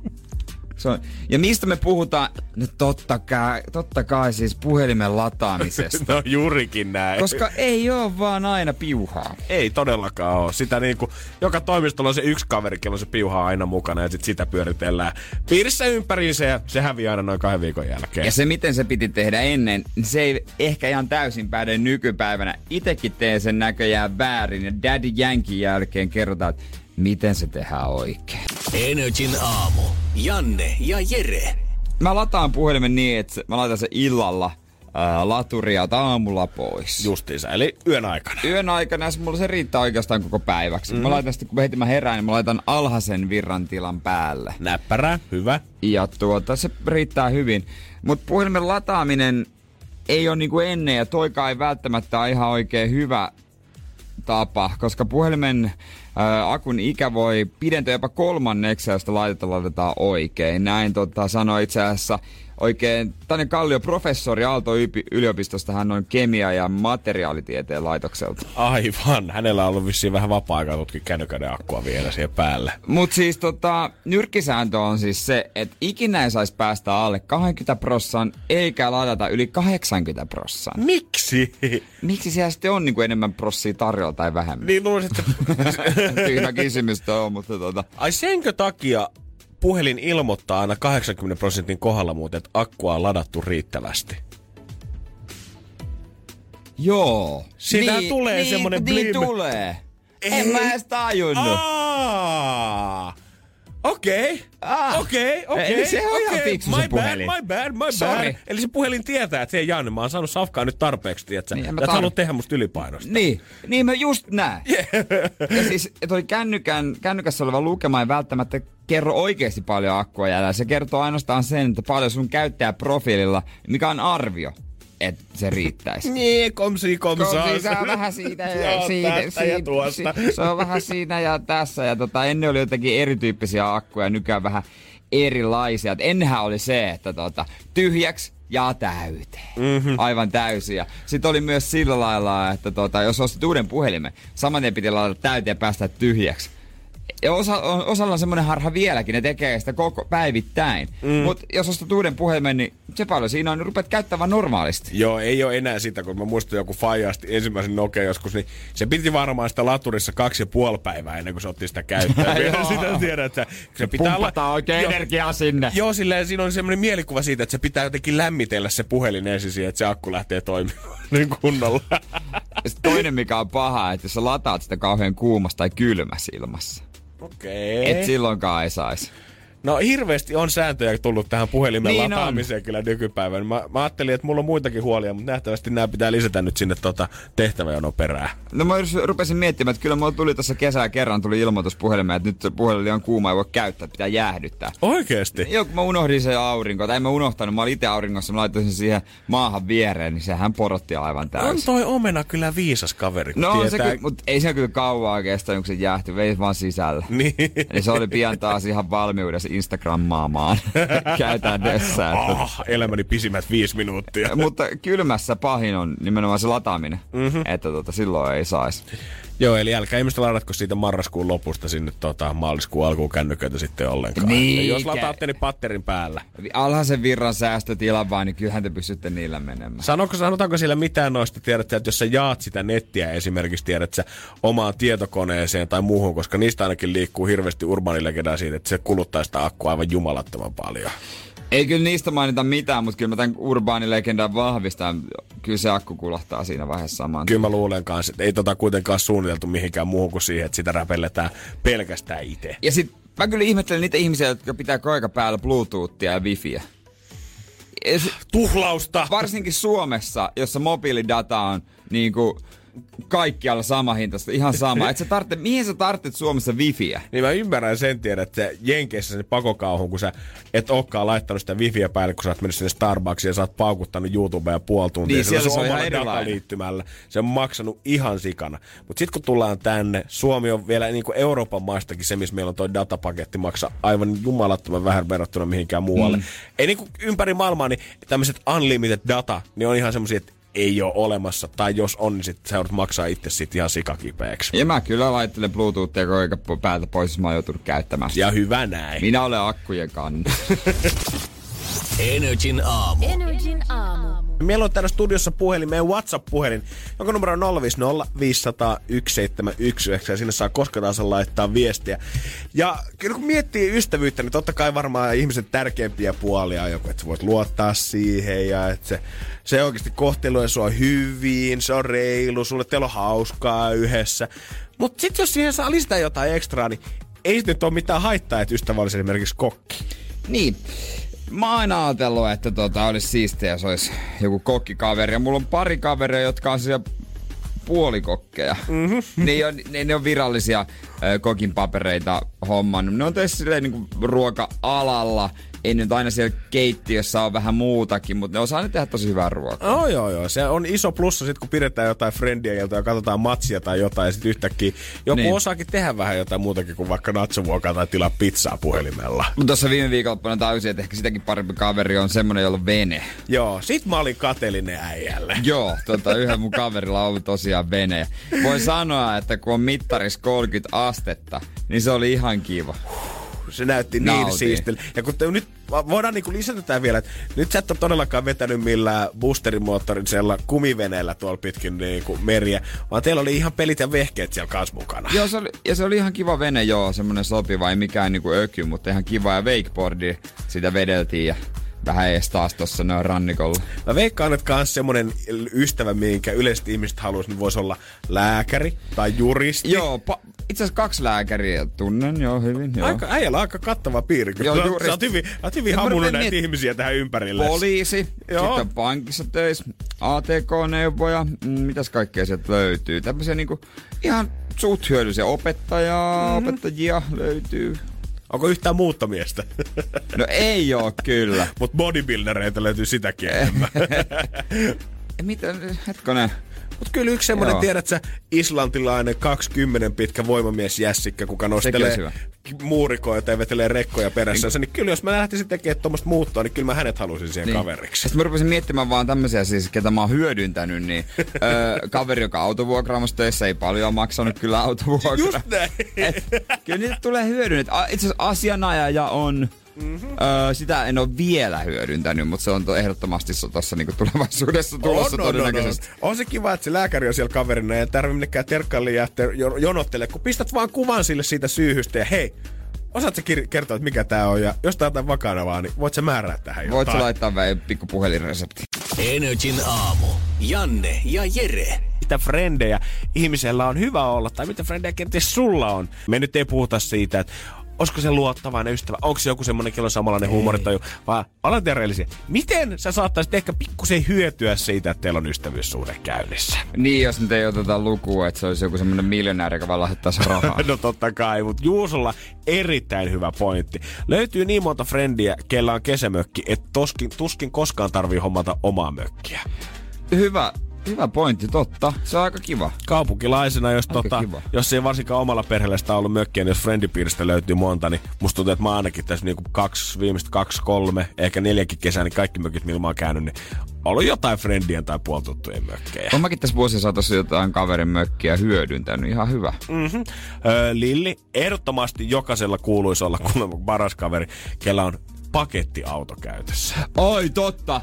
Ja mistä me puhutaan? No totta kai siis puhelimen lataamisesta. No juurikin näin. Koska ei oo vaan aina piuhaa. Ei todellakaan oo. Sitä niinku, joka toimistolla on se yksi kaveri, kello se piuhaa aina mukana ja sit sitä pyöritellään piirissä ympäriinsä ja se häviää aina noin 2 viikon jälkeen. Ja se miten se piti tehdä ennen, niin se ei ehkä ihan täysin päde nykypäivänä. Itekin teen sen näköjään väärin ja Daddy Yankin jälkeen kerrotaan, että miten se tehdään oikein. Energin aamu. Janne ja Jere. Mä lataan puhelimen niin, että mä laitan sen illalla laturia aamulla pois. Justiinsa, eli yön aikana. Yön aikana, ja mulla se riittää oikeastaan koko päiväksi. Mä laitan sitten, kun heti mä herään, niin mä laitan alhaisen virrantilan päälle. Näppärä, hyvä. Ja se riittää hyvin. Mut puhelimen lataaminen ei ole niinku ennen, ja toikaan ei välttämättä ole ihan oikein hyvä tapa, koska puhelimen akun ikä voi pidentyä jopa 3, josta laitetaan oikein. Näin sanoi itse asiassa oikein Tanja Kallio, professori Aalto-yliopistosta. Hän on kemia- ja materiaalitieteen laitokselta. Aivan. Hänellä on ollut vissiin vähän vapaa-aikaa tutkia kännykäden akkua vielä siihen päälle. Mut siis nyrkkisääntö on siis se, että ikinä ei saisi päästä alle 20%, eikä ladata yli 80%. Miksi? Miksi siellä sitten on niinku enemmän prossia tarjolla tai vähemmän? Niin luulisin, että tyhjä kysymys on, mutta Ai senkö takia puhelin ilmoittaa aina 80% kohdalla muuten, että akkua on ladattu riittävästi? Joo. Siitä tulee semmonen blim. Niin tulee. En mä edes tajunnut. Okei. Eli se on ihan fiksu se puhelin. My bad. Eli se puhelin tietää, että hei Janne, mä oon saanut safkaa nyt tarpeeksi, tiiätsä. Niin, että haluat tehdä musta ylipainosta. Niin mä just näin. Yeah. Ja siis toi kännykässä oleva lukema ei välttämättä kerro oikeasti paljon akkua jäljellä. Se kertoo ainoastaan sen, että paljon sun käyttäjäprofiililla, mikä on arvio, että se riittäisi. Niin, komsi. Se on vähän siitä ja tuosta. Se on vähän siinä ja tässä. Ja ennen oli jotenkin erityyppisiä akkuja, nykyään vähän erilaisia. Et ennenhän oli se, että tyhjäksi ja täyteen. Aivan täysiä. Sitten oli myös sillä lailla, että jos ostit uuden puhelimen, saman tien piti laittaa täyteen ja päästä tyhjäksi. Ja osalla on semmoinen harha vieläkin, ne tekee sitä koko päivittäin. Mutta jos ostat uuden puhelimen, niin se paljon siinä on, niin rupeat käyttämään normaalisti. Joo, ei ole enää sitä, kun mä muistan joku faijasti ensimmäisen Nokia joskus, niin se piti varmaan sitä laturissa 2,5 päivää ennen kuin se otti sitä käyttöön. Sitä tiedät, että se pitää oikein energiaa sinne. Joo, silleen siinä on semmoinen mielikuva siitä, että se pitää jotenkin lämmitellä se puhelin ensin siihen, että se akku lähtee toimimaan niin kunnolla. Toinen mikä on paha, että jos sä lataat sitä kauhean kuumassa tai kylmässä ilmassa. Okei. Et silloinkaan ei saisi. No hirveästi on sääntöjä tullut tähän puhelimen lataamiseen kyllä nykypäivänä. Mä ajattelin, että mulla on muitakin huolia, mutta nähtävästi nämä pitää lisätä nyt sinne tehtäväjonon perään. No mä rupesin miettimään, että kyllä mulla tuli tuossa kesällä kerran tuli ilmoitus puhelimeen, että nyt puhelin on kuuma, ei voi käyttää, pitää jäähdyttää. Oikeesti? Joo, kun mä unohdin sen aurinko, tai en mä unohtanut, mä olin itse auringossa, mä laitoin sen siihen maahan viereen, niin sehän porotti aivan täysin. On toi omena kyllä viisas kaveri, no on se kyllä, mutta ei se kyllä kauaa kestä, kun se jäähtyi, vei vaan sisällä. Niin. Eli se oli pian taas ihan valmiudessa Instagrammaamaan käytännössä. Elämäni pisimmät 5 minuuttia. Mutta kylmässä pahin on nimenomaan se lataaminen, että silloin ei saisi. Joo, eli älkää ihmistä ladatko siitä marraskuun lopusta sinne maaliskuun alkuun kännyköitä sitten ollenkaan. Niin, jos lataatte, niin patterin päällä. Alhaisen virran säästötilan vaan, niin kyllähän te pystytte niillä menemään. Sanotaanko siellä mitään noista, tiedätkö, että jos sä jaat sitä nettiä esimerkiksi, tiedätkö, omaan tietokoneeseen tai muuhun, koska niistä ainakin liikkuu hirveästi urbaanilegendaa siitä, että se kuluttaa sitä akkua aivan jumalattoman paljon. Ei kyllä niistä mainita mitään, mutta kyllä mä tämän urbaanilegendan vahvistan. Kyllä se akku kulahtaa siinä vaiheessa samaan. Kyllä mä luulen kanssa, että ei kuitenkaan suunniteltu mihinkään muuhun kuin siihen, että sitä räpelletään pelkästään itse. Ja sit mä kyllä ihmettelen niitä ihmisiä, jotka pitää koika päällä Bluetoothia ja Wifiä. Tuhlausta! Varsinkin Suomessa, jossa mobiilidata on niinku kaikkialla sama hintaista, ihan sama. Mihin sä tarvitset Suomessa wifiä? Niin mä ymmärrän sen tiedän, että Jenkeissä sen pakokauhun, kun sä et olekaan laittanut sitä wifiä päälle, kun sä oot mennyt sinne Starbucksiin ja sä oot paukuttanut YouTubea puoli tuntia. Niin, siellä se on ihan dataliittymällä. Se on maksanut ihan sikana. Mut sit kun tullaan tänne, Suomi on vielä niin kuin Euroopan maistakin se, missä meillä on toi datapaketti, maksaa aivan jumalattoman vähän verrattuna mihinkään muualle. Ei niin kuin ympäri maailmaa, niin tämmöiset unlimited data, niin on ihan semmosia, että ei ole olemassa. Tai jos on, niin sitten sä joudut maksaa itse sit ihan sikakipeäksi. Ja mä kyllä laittelen Bluetoothia koika päältä pois, jos mä oon joutunut käyttämään. Ja hyvä näin. Minä olen akkujen kannalla. Energin aamu. Meillä on täällä studiossa puhelin, meidän WhatsApp-puhelin, jonka numero on 050 500 1719, ja sinne saa koska tahansa laittaa viestiä. Ja kyllä kun miettii ystävyyttä, niin totta kai varmaan ihmisen tärkeimpiä puolia on joku, että sä voit luottaa siihen, ja että se oikeasti kohtelee sua hyvin, se on reilu, sulle teillä on hauskaa yhdessä. Mutta sitten jos siihen saa lisätä jotain ekstraa, niin ei sitten nyt ole mitään haittaa, että ystävä olisi esimerkiksi kokki. Niin. Mä oon aina ajatellut, että olisi siistiä, jos olisi joku kokkikaveri. Ja mulla on pari kaveria, jotka on siellä puolikokkeja. Ne on virallisia kokin papereita hommannut. Ne on töissä silleen niin ruoka-alalla. Ei nyt aina siellä keittiössä on vähän muutakin, mutta ne osaa ne tehdä tosi hyvää ruokaa. Joo. Se on iso plussa sit, kun pidetään jotain friendiä ja katsotaan matsia tai jotain, ja sit yhtäkkiä joku osaakin tehdä vähän jotain muutakin kuin vaikka natsovuokaa tai tilaa pizzaa puhelimella. Mutta tuossa viime viikonloppuna tajusin, että ehkä sitäkin parempi kaveri on semmonen, jolla on vene. Joo, sit mä olin kateellinen äijälle. Joo, yhden mun kaverilla oli tosiaan vene. Voin sanoa, että kun on mittarissa 30 astetta, niin se oli ihan kiva. Se näytti niin siistiltä. Ja kun nyt voidaan niinku lisätä tää vielä, että nyt sä et ole todellakaan vetänyt millään boosterimoottorisella kumiveneellä tuolla pitkin niinku meriä, vaan teillä oli ihan pelit ja vehkeet siellä kanssa mukana. Joo, se oli ihan kiva vene, semmonen sopiva, ei mikään niinku öky, mutta ihan kiva, ja wakeboardi sitä vedeltiin ja vähän ees taas tossa noin rannikolla. Mä veikkaan, että kans semmonen ystävä, minkä yleisesti ihmiset haluaisi, niin voisi olla lääkäri tai juristi. Joo, itse asiassa 2 lääkäriä tunnen, joo, hyvin. Joo. Äijällä aika kattava piiri. Joo, sä oot hyvin hamunut näitä ihmisiä tähän ympärille. Poliisi, sitten on pankissa töissä, ATK-neuvoja, mitäs kaikkea sieltä löytyy. Tämmöisiä niinku ihan suht hyödyllisiä opettajia löytyy. Onko yhtään muuttomiestä? No ei oo kyllä. Mut bodybuildereita löytyy sitäkin enemmän. Mitä, hetkonen. Mutta kyllä yksi semmoinen, tiedät sä, islantilainen 20 pitkä voimamies jässikkä, kuka nostelee muurikoita ja vetelee rekkoja perässänsä, niin kyllä jos mä lähtisin tekemään tuommoista muuttoa, niin kyllä mä hänet halusin siihen kaveriksi. Sitten mä rupesin miettimään vaan tämmöisiä siis, ketä mä oon hyödyntänyt, niin kaveri, joka autovuokraamassa töissä, ei paljon maksanut kyllä autovuokraa. Just näin. Kyllä niitä tulee hyödynnettyä. Itse asiassa asianajaja on... sitä en ole vielä hyödyntänyt, mutta se on ehdottomasti tuossa niinku tulevaisuudessa tulossa todennäköisesti. On se kiva, että se lääkäri on siellä kaverina ja ei tarvitse minnekään terkkaille ja jonottele, kun pistät vaan kuvan sille siitä syyhystä ja hei, osaat sä kertoa, että mikä tää on ja jos tää on jotain vakavaa, niin voit sä määrää tähän jotain. Voit sä laittaa vähän pikku puhelinresepti. Energin aamu. Janne ja Jere. Mitä frendejä ihmisellä on hyvä olla tai mitä frendejä kenties sulla on. Me nyt ei puhuta siitä, että olisiko se luottavainen ystävä? Onko se joku semmoinen, kello on samanlainen huumoritaju? Vaan ollaan terveellisiä. Miten sä saattaisit ehkä pikkusen hyötyä siitä, että teillä on ystävyyssuhde käynnissä? Niin, jos nyt ei oteta lukua, että se olisi joku semmoinen miljonääri, joka vaan lahjoittaisi rahaa. No totta kai, mutta Juusolla erittäin hyvä pointti. Löytyy niin monta frendiä, kellä on kesämökki, että tuskin koskaan tarvii hommata omaa mökkiä. Hyvä pointti, totta. Se on aika kiva. Kaupunkilaisena, jos ei varsinkaan omalla perheellä sitä ollut mökkiä, niin jos friendipiiristä löytyy monta, niin musta tuntuu, että mä ainakin tässä niinku viimeiset 2-3, ehkä 4 kesää, niin kaikki mökit, millä mä oon käynyt, niin ollut jotain friendien tai puoltuttujen mökkejä. Oon mäkin tässä vuosien saatossa jotain kaverin mökkiä hyödyntänyt. Ihan hyvä. Lilli, ehdottomasti jokaisella kuuluisi olla kuulemma paras kaveri, kellä on pakettiauto käytössä. Oi, totta!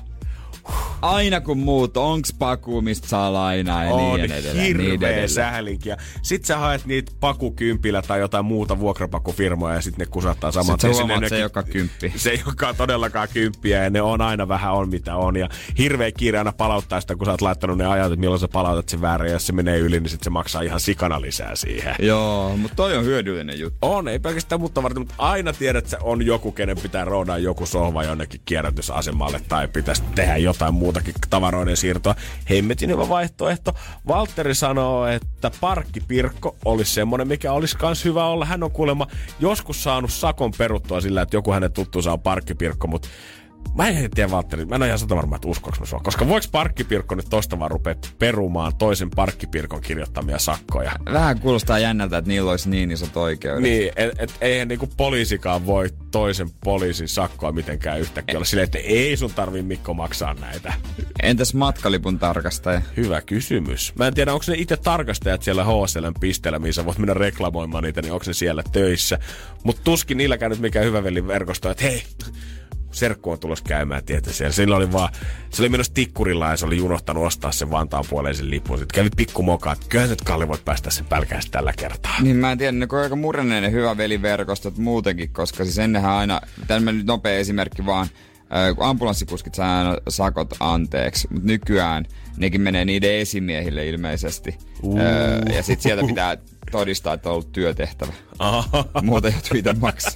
Aina kun muut, onks paku, mistä saa lainaa ja niin edelleen. On hirveä sählinkiä. Sit sä haet niitä pakukympillä tai jotain muuta vuokrapakufirmoja ja sit ne kusattaa saman. Sitten sä huomaat se joka kymppi. Se joka on todellakaan kymppiä ja ne on aina vähän on mitä on. Ja hirveä kiire aina palauttaa sitä, kun sä oot laittanut ne ajat, että milloin sä palautat sen väärin ja jos se menee yli, niin sit se maksaa ihan sikana lisää siihen. Joo, mutta toi on hyödyllinen juttu. On, ei pelkästään mutta varten, mutta aina tiedät, että on joku, kenen pitää roodaa joku sohva jonnekin kierrätysasemalle tai pitäisi tehdä jotain muutakin tavaroiden siirtoa. Hemmetin hyvä vaihtoehto. Valtteri sanoo, että parkkipirkko olisi semmoinen, mikä olisi kans hyvä olla. Hän on kuulemma joskus saanut sakon peruttua sillä, että joku hänen tuttuunsa on parkkipirkko, mutta mä en tiedä, Valtteri, mä en ole ihan sata varma, että uskoks mä sua. Koska voiko parkkipirkko nyt tosta vaan rupea perumaan toisen parkkipirkon kirjoittamia sakkoja? Vähän kuulostaa jännältä, että niillä olisi niin isot oikeudet. Niin, et eihän niinku poliisikaan voi toisen poliisin sakkoa mitenkään yhtäkkiä olla silleen, että ei sun tarvii Mikko maksaa näitä. Entäs matkalipun tarkastaja? Hyvä kysymys. Mä en tiedä, onko ne itse tarkastajat siellä HSL:n pisteellä, missä voit mennä reklamoimaan niitä, niin onko ne siellä töissä. Mut tuskin niilläkään nyt mikään hyvä veliverkosto, että hei, serkku on tulossa käymään, tietysti siellä. Se oli menossa tikkurilla ja se oli unohtanut ostaa sen Vantaan puoleisen lipun. Sitten kävi pikku mokaa, että kyllähän nyt Kalli voit päästä sen pälkäistä tällä kertaa. Niin mä en tiedä, ne on aika murenneinen hyvä veliverkostot muutenkin, koska siis ennenhän aina, tämmöinen nyt nopea esimerkki vaan, kun ambulanssikuskit saa aina sakot anteeksi, mutta nykyään nekin menee niiden esimiehille ilmeisesti. Ja sit sieltä pitää todistaa, että on ollut työtehtävä. Muuten joutuu itse maksaa.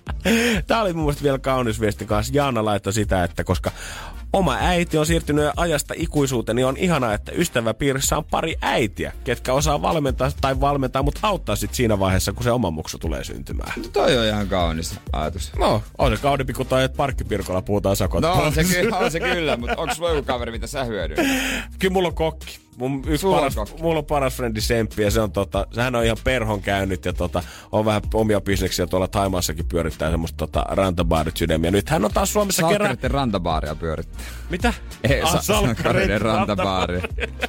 Tää oli mun mielestä vielä kaunis viesti kanssa. Jaana laittoi sitä, että koska oma äiti on siirtynyt ajasta ikuisuuteen, niin on ihanaa, että ystäväpiirissä on pari äitiä, ketkä osaa valmentaa, mutta auttaa sit siinä vaiheessa, kun se oma muksu tulee syntymään. No toi on ihan kaunis ajatus. No, on se kaudempi, kun toi, että parkkipirkolla puhutaan sakot. No on se kyllä, mutta onko sulla joku kaveri, mitä sä hyödyt? Kyllä mulla on kokki. Mulla on paras frendi Semppi ja sehän on ihan perhon käynyt ja on vähän omia bisneksiä tuolla Thaimaassakin pyörittää semmoista rantabaarit sydämiä. Nyt hän on taas Suomessa Salkkareiden rantabaaria pyörittää. Mitä? Ei, Salkkareiden rantabaari.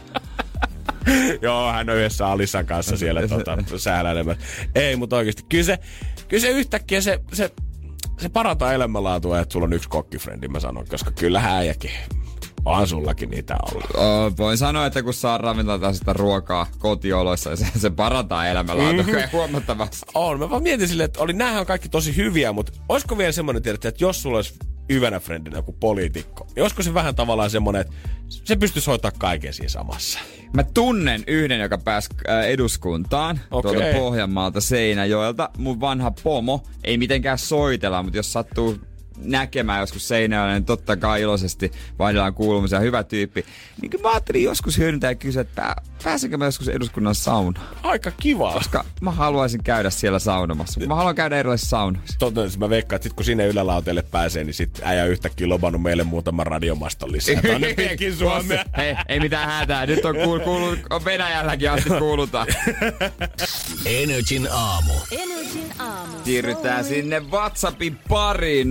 Joo, hän on yhdessä Alissan kanssa siellä sääläilemässä. Ei, mutta oikeesti. Kyllä se yhtäkkiä se parantaa elämänlaatua, että sulla on yksi kokkifrendi, mä sanon, koska kyllä äijäkin. Onhan sullakin niitä ollut. Voin sanoa, että kun saa ravintolaan sitä ruokaa kotioloissa, se parantaa elämänlaatua huomattavasti. On. Mä vaan mietin silleen, että näähän on kaikki tosi hyviä, mutta olisiko vielä semmoinen, että jos sulla olisi hyvänä frendinä joku poliitikko, niin olisiko se vähän tavallaan semmoinen, että se pystyisi hoitaa kaiken siinä samassa? Mä tunnen yhden, joka pääsi eduskuntaan tuolta Pohjanmaalta Seinäjoelta. Mun vanha pomo ei mitenkään soitella, mutta jos sattuu näkemään joskus Seinäjoella, niin totta kai iloisesti vaihdellaan kuulumisia. Hyvä tyyppi. Niin mä ajattelin joskus hyödyntää ja kysyä, että pääsenkö mä joskus eduskunnan saunaan? Aika kiva. Koska mä haluaisin käydä siellä saunomassa. Mä haluan käydä erilaisissa saunoissa. Totta, mä veikkaan, että sit kun sinne ylälauteelle pääsee, niin sit äijä yhtäkkiä lobannut meille muutaman radiomaston lisää. Tonne pitkin Suomea. Hei, ei mitään hätää. Nyt on on Venäjälläkin asti kuulutaan. Energin aamu. Siirrytään sinne WhatsAppin pariin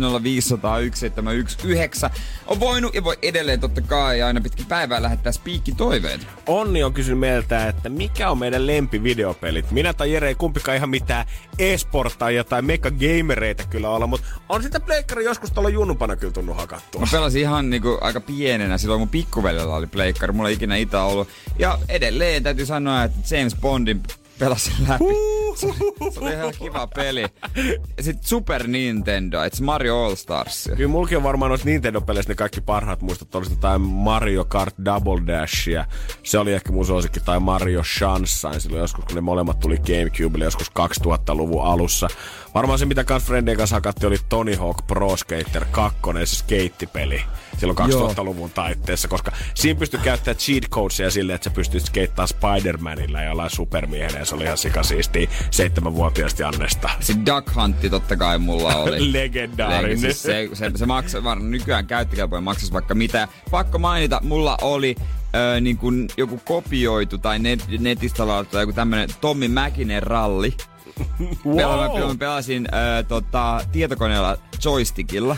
050501719. On voinut ja voi edelleen totta kai aina pitkin päivää lähettää spiikkitoiveet. Onni on kysynyt meiltä, että mikä on meidän lempivideopelit. Minä tai Jere ei kumpikaan ihan mitään e-sportaajia tai mega-gamereita kyllä olla, mutta on sitä pleikkari joskus tuolla junnupana kyllä tunnu hakattua. Mä pelasin ihan niinku aika pienenä, silloin mun pikkuveljellä oli pleikkari, mulla ei ikinä itä ollut. Ja edelleen täytyy sanoa, että James Bondin pelasin läpi. Se oli ihan kiva peli. Ja sit Super Nintendo, it's Mario All Stars. Kyllä mulki on varmaan noissa Nintendo-peleissä ne kaikki parhaat muistot. Olisi jotain Mario Kart Double Dashia. Se oli ehkä mun suosikki. Tai Mario Sunshine silloin joskus, kun ne molemmat tuli Gamecubelle joskus 2000-luvun alussa. Varmaan se, mitä kans friendien kanssa hakatti, oli Tony Hawk Pro Skater 2, se skeittipeli. Silloin 2000-luvun taitteessa, koska siinä pystyi käyttämään cheat codesia silleen, että sä pystyt skeittämään Spider-Manilla ja jollain supermiehenä, ja se oli ihan sikasiistiä 7-vuotiaasta Jannesta. Se Duck Huntti totta kai mulla oli. Legendaarinen. Se maksaa, nykyään käyttökelpoinen maksaisi vaikka mitä. Pakko mainita, mulla oli niin kuin joku kopioitu tai netistä ladattu joku tämmönen Tommi Mäkinen ralli. Wow. Mä pelasin tietokoneella joystickilla.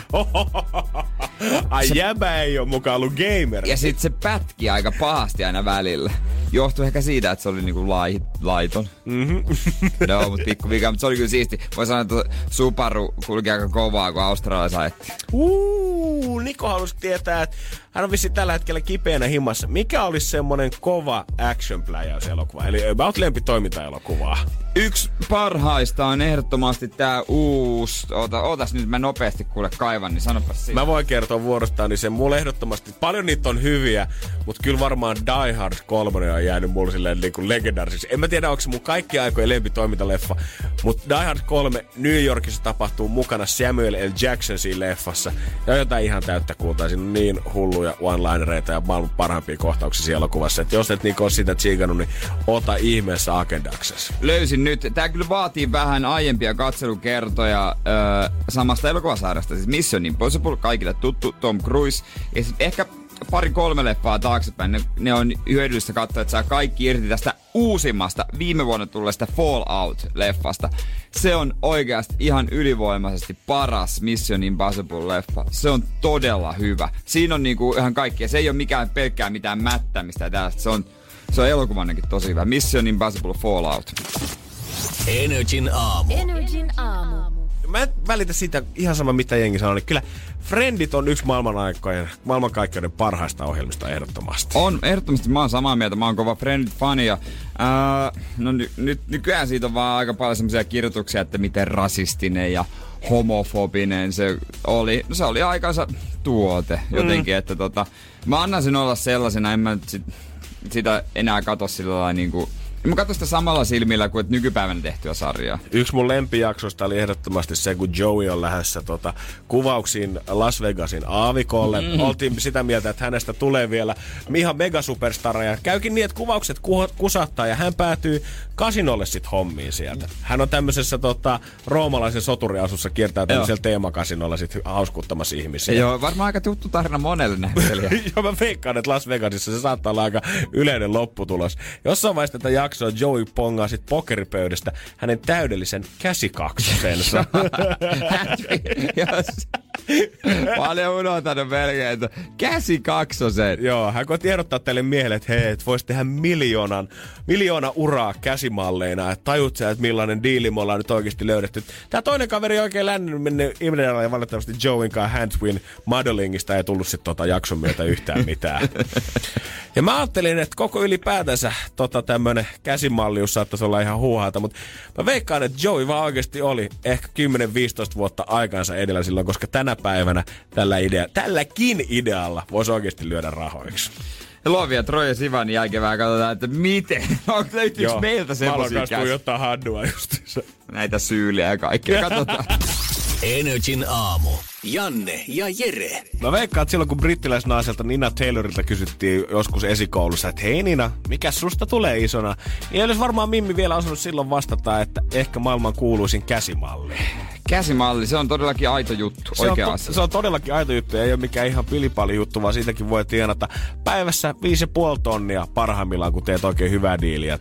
Ai jäbä ei oo mukaan ollut gamer. Ja sit se pätki aika pahasti aina välillä. Johtui ehkä siitä, että se oli niinku laiton. No, mut pikkuvika, mutta se oli kyllä siisti. Voi sanoa, että Subaru kulki aika kovaa, kun Australiassa ajettiin. Niko halusi tietää, että hän on vissiin tällä hetkellä kipeänä himmassa. Mikä olisi semmonen kova action-pläjäyselokuva? Eli about lempitoimintaelokuvaa. Yksi parhaista on ehdottomasti tää uusi. Ootas nyt, mä nopeasti kuule kaivan, niin sanopas siitä. Mä voin kertoa vuorostaan, niin se mulle ehdottomasti, paljon niitä on hyviä, mutta kyllä varmaan Die Hard 3 on jäänyt mulle silleen niin kuin legendaarisiksi. En mä tiedä, onko se mun kaikki aikojen lempitoimintaleffa, mutta Die Hard 3 New Yorkissa tapahtuu mukana Samuel L. Jackson siinä leffassa. Ja jotain ihan täyttä kultaa. Siinä on niin hulluja one-linereita ja maailman parhaimpia kohtauksia siellä elokuvassa. Että jos et niinku ole sitä tsiikannut, niin ota ihmeessä agendaksesi. Löysin nyt. Tää kyllä vaatii vähän aiempia katselukertoja samasta elokuvasarjasta. Siis Mission Impossible, kaikille tuttu, Tom Cruise. Ja sit ehkä 2-3 leffaa taaksepäin. Ne on hyödyllistä katsoa, että saa kaikki irti tästä uusimmasta viime vuonna tulleesta Fallout-leffasta. Se on oikeasti ihan ylivoimaisesti paras Mission Impossible-leffa. Se on todella hyvä. Siinä on niinku ihan kaikkea. Se ei ole mikään pelkkää mitään mättämistä ja tällaista. Se on elokuvanakin tosi hyvä. Mission Impossible Fallout. Energin aamu. Mä en välitä siitä ihan sama mitä jengi sanoo, niin kyllä Friendit on yksi maailmankaikkeuden parhaista ohjelmista ehdottomasti. On, ehdottomasti mä oon samaa mieltä, mä oon kova Friendit-fani ja nykyään siitä on vaan aika paljon semmoisia kirjoituksia, että miten rasistinen ja homofobinen se oli. No se oli aikansa tuote jotenkin, että mä annan sen olla sellaisena, en mä sitä enää katso sillä lailla niinku. Mä katson sitä samalla silmillä kuin nykypäivänä tehtyä sarjaa. Yksi mun lempijaksosta oli ehdottomasti se, kun Joey on lähdössä kuvauksiin Las Vegasin aavikolle. Oltiin sitä mieltä, että hänestä tulee vielä ihan megasuperstara. Ja käykin niin, että kuvaukset kusahtaa ja hän päätyy kasinolle sit hommiin sieltä. Hän on tämmöisessä roomalaisen soturiasussa kiertää tämmöisellä teemakasinolla sit hauskuttamassa ihmisiä. Joo, varmaan aika tuttu tarina monelle näyttelijä. Joo, mä veikkaan, että Las Vegasissa se saattaa olla aika yleinen lopputulos. Jossain vaiheessa tätä jaksoa Joey pongaa sit pokeripöydästä hänen täydellisen käsikaksosensa. Paljon unohtanut melkein, että käsikaksosen. Joo, hän kun tiedottaa teille miehelle, että hei, et vois tehdä miljoona uraa käsimalleina, että tajut sä, että millainen diili me ollaan nyt oikeasti löydetty. Tää toinen kaveri oikein lännen mennyt Imrealla ja valitettavasti Joeyn kanssa Handwin modelingista ei tullut sit jakson myötä yhtään mitään. Ja mä ajattelin, että koko ylipäätänsä tämmönen käsimallius saattaisi olla ihan huuhaata, mutta mä veikkaan, että Joey vaan oikeasti oli ehkä 10-15 vuotta aikansa edellä silloin, koska tänä päivänä tälläkin idealla voisi oikeasti lyödä rahoiksi. Ja luovia Troja Sivan jälkeen vähän katsotaan, että miten, löytyykö meiltä semmosia käsiä? Mä jotain haddua justiinsa. Näitä syyliä ja kaikkea, katsotaan. Energin aamu. Janne ja Jere. Mä veikkaan, että silloin kun brittiläisnaiselta Nina Taylorilta kysyttiin joskus esikoulussa, että hei Nina, mikä susta tulee isona? Niin ei olisi varmaan Mimmi vielä osannut silloin vastata, että ehkä maailman kuuluisin käsimalli. Käsimalli, se on todellakin aito juttu, oikea asia. Se on todellakin aito juttu, ei ole mikään ihan pilipali juttu, vaan siitäkin voi tienata päivässä 5,5 tonnia parhaimmillaan, kun teet oikein hyvää diiliä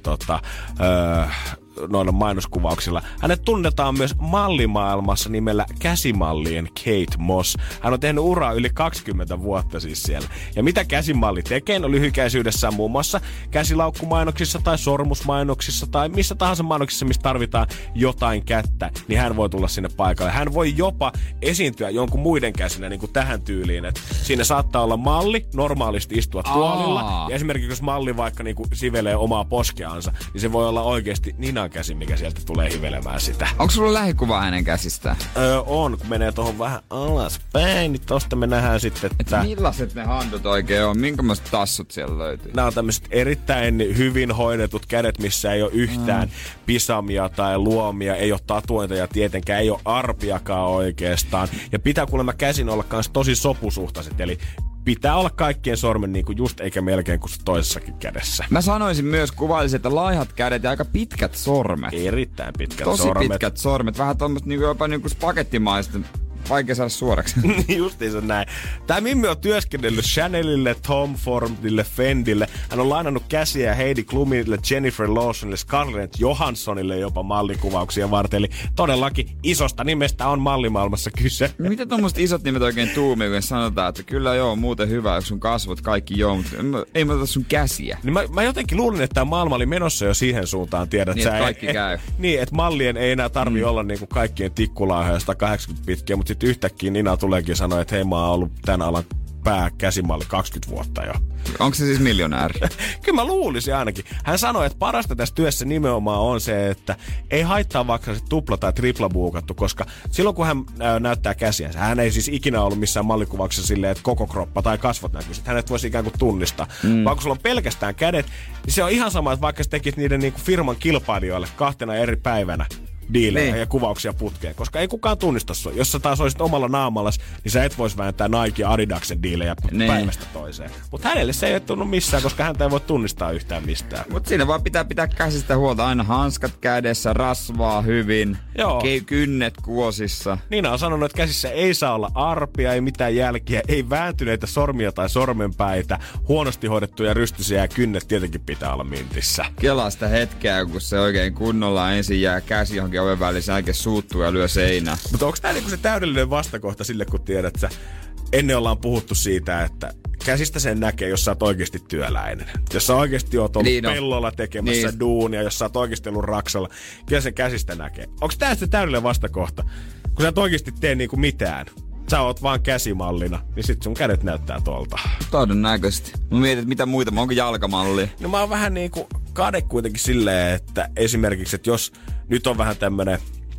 noilla mainoskuvauksilla. Hänet tunnetaan myös mallimaailmassa nimellä käsimallien Kate Moss. Hän on tehnyt uraa yli 20 vuotta siis siellä. Ja mitä käsimalli tekee? No lyhykäisyydessään muun muassa käsilaukkumainoksissa tai sormusmainoksissa tai missä tahansa mainoksissa, missä tarvitaan jotain kättä, niin hän voi tulla sinne paikalle. Hän voi jopa esiintyä jonkun muiden käsinä niin kuin tähän tyyliin, että siinä saattaa olla malli, normaalisti istua tuolilla. Ja esimerkiksi jos malli vaikka niin kuin sivelee omaa poskeansa, niin se voi olla oikeasti Ninan käsi, mikä sieltä tulee hivelemään sitä. Onko sulla lähikuva hänen käsistään? On, kun menee tuohon vähän alaspäin, niin tosta me nähdään sitten, että... millaiset ne handut oikein on? Minkälaiset tassut siellä löytyy? Nämä on tämmöiset erittäin hyvin hoidetut kädet, missä ei ole yhtään pisamia tai luomia, ei ole tatuointeja tietenkään, ei ole arpiakaan oikeastaan. Ja pitää kuulemma käsin olla kans tosi sopusuhtaiset, eli pitää olla kaikkien sormen niin kuin just eikä melkein kuin toisessakin kädessä. Mä sanoisin myös, kuvailisin, että laihat kädet ja aika pitkät sormet. Erittäin pitkät tosi sormet. Tosi pitkät sormet. Vähän tommoset niin jopa niin kuin spagettimaista. Vaikea saada suoraksi. Justiinsa näin. Tää Mimmi on työskennellyt Chanelille, Tom Fordille, Fendille. Hän on lainannut käsiä Heidi Klumille, Jennifer Lawsonille, Scarlett Johanssonille jopa mallikuvauksia varten. Eli todellakin isosta nimestä on mallimaailmassa kyse. Mitä tommoset isot nimet oikein tuumii, kun sanotaan, että kyllä joo, muuten hyvä, jos sun kasvot kaikki joo, mutta ei mä ota sun käsiä. Niin mä jotenkin luulin, että tämä maailma oli menossa jo siihen suuntaan, tiedät niin, sä. Niin, kaikki käy. Niin, että mallien ei enää tarvi olla niinku kaikkien tikkulaahoja 180 pitkiä, mutta sitten yhtäkkiä Nina tuleekin sanoa, että hei, mä oon ollut tän alan pääkäsimalli 20 vuotta jo. Onko se siis miljonääri? Kyllä mä luulisin ainakin. Hän sanoi, että parasta tässä työssä nimenomaan on se, että ei haittaa vaikka se tupla- tai tripla-buukattu, koska silloin kun hän näyttää käsiänsä, hän ei siis ikinä ollut missään mallikuvauksessa silleen, että koko kroppa tai kasvot näkyy. Sitten hänet voisi ikään kuin tunnistaa. Vaan kun sulla on pelkästään kädet, niin se on ihan sama, että vaikka sä tekit niiden niinku firman kilpailijoille 2 eri päivänä diilejä ja kuvauksia putkeen, koska ei kukaan tunnista sua. Jos sä taas olisit omalla naamallas, niin sä et vois vääntää Nike ja Adidaksen diilejä päivästä toiseen. Mutta hänelle se ei ole tunnu missään, koska häntä ei voi tunnistaa yhtään mistään. Mutta siinä vaan pitää käsistä huolta. Aina hanskat kädessä, rasvaa hyvin, kynnet kuosissa. Niina on sanonut, että käsissä ei saa olla arpia, ei mitään jälkiä, ei vääntyneitä sormia tai sormenpäitä, huonosti hoidettuja rystysiä ja kynnet tietenkin pitää olla mintissä. Kelaa sitä hetkeä, kun se oikein kunnolla ensin jää käsi johonkin oven väliin, se oikein suuttuu ja lyö seinää. Mutta onko tää niinku se täydellinen vastakohta sille, kun tiedät, että ennen ollaan puhuttu siitä, että käsistä sen näkee, jos sä oot oikeasti työläinen. Jos sä oikeasti oot ollut pellolla tekemässä duunia, jos sä oot oikeasti ollut raksalla, kyllä sen käsistä näkee. Onko tää se täydellinen vastakohta? Kun sä et oikeasti tee niinku mitään. Sä oot vaan käsimallina, niin sit sun kädet näyttää tuolta. Todennäköisesti. Mä mietin, että mitä muita, onko jalkamalli? No mä oon vähän niinku kade kuitenkin silleen, että esimerkiksi, että jos nyt on vähän tämmönen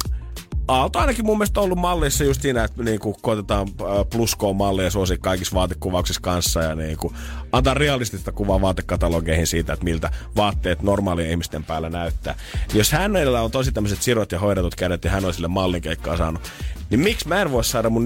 Aalto ainakin mun mielestä on ollut mallissa just siinä, että niinku koetetaan pluskoon-mallia suosia kaikissa vaatekuvauksissa kanssa ja niinku antaa realistista kuvaa vaatekatalogeihin siitä, että miltä vaatteet normaalien ihmisten päällä näyttää. Jos hänellä on tosi tämmöiset sirot ja hoidetut kädet ja hän on sille mallikeikkaa saanut, niin miksi mä en voi saada mun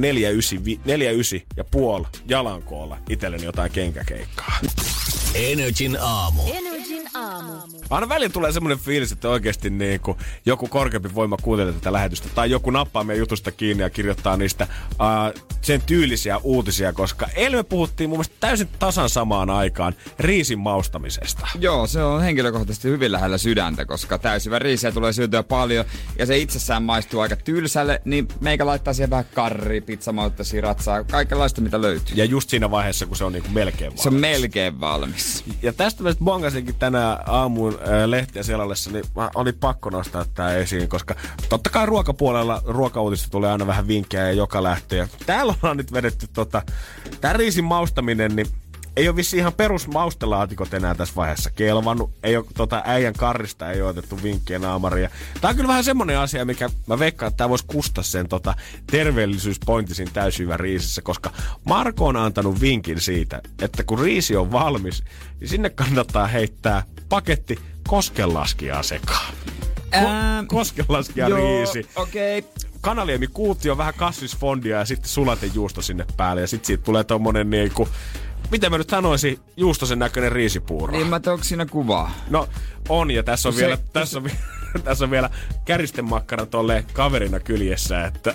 4,5 jalankoolla itselleni jotain kenkäkeikkaa? Energin aamu. Aina välillä tulee semmoinen fiilis, että oikeasti niinku joku korkeampi voima kuuntelee tätä lähetystä tai joku nappaa meidän jutusta kiinni ja kirjoittaa niistä sen tyylisiä uutisia, koska eilen me puhuttiin mun mielestä täysin tasan samaan aikaan riisin maustamisesta. Joo, se on henkilökohtaisesti hyvin lähellä sydäntä, koska täysivä riisiä tulee syötyä paljon ja se itsessään maistuu aika tylsälle, niin meikä laittaa siihen vähän karri, pizzamautta, siratsaa, kaikenlaista mitä löytyy. Ja just siinä vaiheessa, kun se on niinku melkein valmis. Se on melkein valmis. Ja tästä mä bongasinkin tänään aamuun lehtiä selallessa, niin oli pakko nostaa tää esiin, koska totta kai ruokapuolella ruokauutista tulee aina vähän vinkkejä ja joka lähtee. Täällä on nyt vedetty tää riisin maustaminen, niin ei ole vissi ihan perusmaustelaatikot enää tässä vaiheessa kelvannut. Ei ole äijän karrista, ei ole otettu vinkkejä naamaria. Tää on kyllä vähän semmonen asia, mikä mä veikkaan, että tää vois kustaa sen terveellisyyspointisin täysjyvä riisissä, koska Marko on antanut vinkin siitä, että kun riisi on valmis, niin sinne kannattaa heittää paketti koskenlaskijaa sekaan. Koskenlaskija riisi. Okei. kanaliemikuutio, vähän kasvisfondia ja sitten sulatejuusto sinne päälle. Ja sitten siitä tulee tommonen niinku, miten mä nyt sanoisin, juustosen näköinen riisipuuro. Niin mä onko siinä kuvaa? No on, ja tässä on vielä käristemakkara tolleen kaverina kyljessä, että...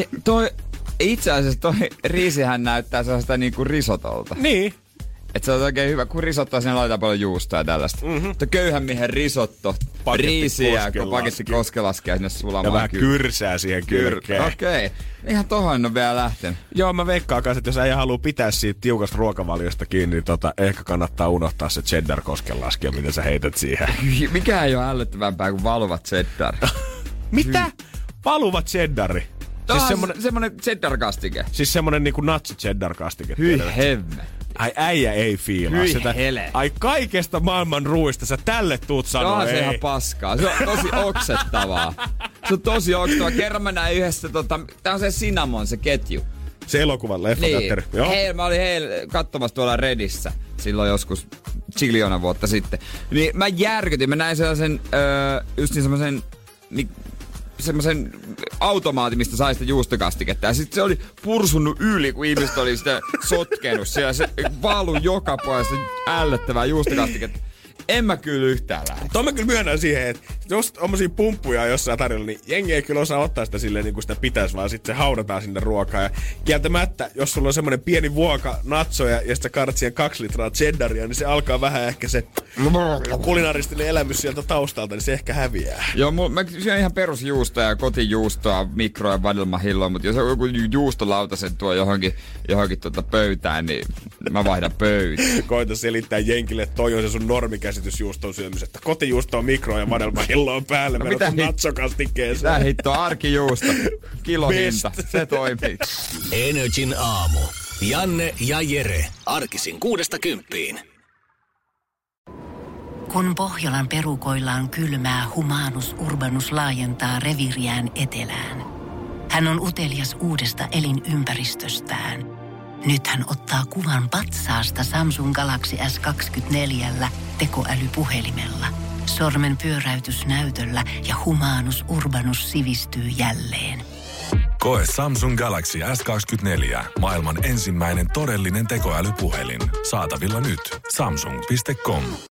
Itse asiassa toi riisihän näyttää sellaista niinku risotolta. Niin. Että se on oikein hyvä, kun risottoa siinä laitetaan paljon juustoa ja tällaista. Mutta köyhän miehen risotto, riisiä, kun paketti koskelaskia sinne sulamaan. Ja vähän kyrsää siihen kylkeen. Okei. Ihan tohon on vielä lähtenyt. Joo, mä veikkaan kanssa, että jos äijä haluaa pitää siitä tiukasta ruokavaliosta kiinni, niin ehkä kannattaa unohtaa se cheddar koskelaskia, mitä sä heität siihen. Mikä ei ole ällöttävämpää kuin valuvat cheddar. Mitä? Valuva cheddari? Siis semmonen cheddar-kastike. Siis semmonen niinku natsi cheddar-kastike. Hyi hemme. Ai äijä ei fiilaa sitä. Ai kaikesta maailman ruuista sä tälle tuut sanoo, se ihan paskaa. Se on tosi oksettavaa. Kerran mä näin yhdessä, tää on se Cinnamon, se ketju. Se elokuvan leffateatteri. Niin. Joo. Mä olin katsomassa tuolla Redissä silloin joskus ziljoona vuotta sitten. Niin mä järkytin. Mä näin sellaisen, just niin semmoisen automaatin, mistä sai sitä juustokastiketta. Ja sitten se oli pursunut yli, kun ihmiset oli sitä sotkenut siellä. Se valui joka puolesta ällöttävää juustokastiketta. En mä kyllä yhtään lähde. Mä kyllä myönnän siihen, että jos tommosia pumppuja jossain tarjolla, niin jengi ei kyllä osaa ottaa sitä silleen niin kuin sitä pitäisi, vaan sitten se haudataan sinne ruokaan. Ja kieltämättä, jos sulla on semmonen pieni vuoka natsoja ja sitten karat siihen 2 litraa cheddaria, niin se alkaa vähän ehkä se kulinaaristinen elämys sieltä taustalta, niin se ehkä häviää. Joo, mä syön ihan perusjuustoa ja kotijuustoa, mikro- ja vadelmahilloa, mutta jos joku juustolautasen tuo johonkin pöytään, niin mä vaihdan pöytään. Koita selittää jenkille, että toi on se sun normikäsitys juuston syömisestä. Kotijuusto on mikro- ja vadelmahilloa päälle, no, verrattuna natsokastikkeeseen. Mitä hittoa, arkijuusto, kilohinta, se toimii. Energin aamu. Janne ja Jere, arkisin 6–10. Kun Pohjolan perukoillaan kylmää, Humanus Urbanus laajentaa reviiriään etelään. Hän on utelias uudesta elinympäristöstään. Nyt hän ottaa kuvan patsaasta Samsung Galaxy S24 tekoälypuhelimella. Sormen pyöräytys näytöllä ja Humanus Urbanus sivistyy jälleen. Koe Samsung Galaxy S24. Maailman ensimmäinen todellinen tekoälypuhelin. Saatavilla nyt. Samsung.com.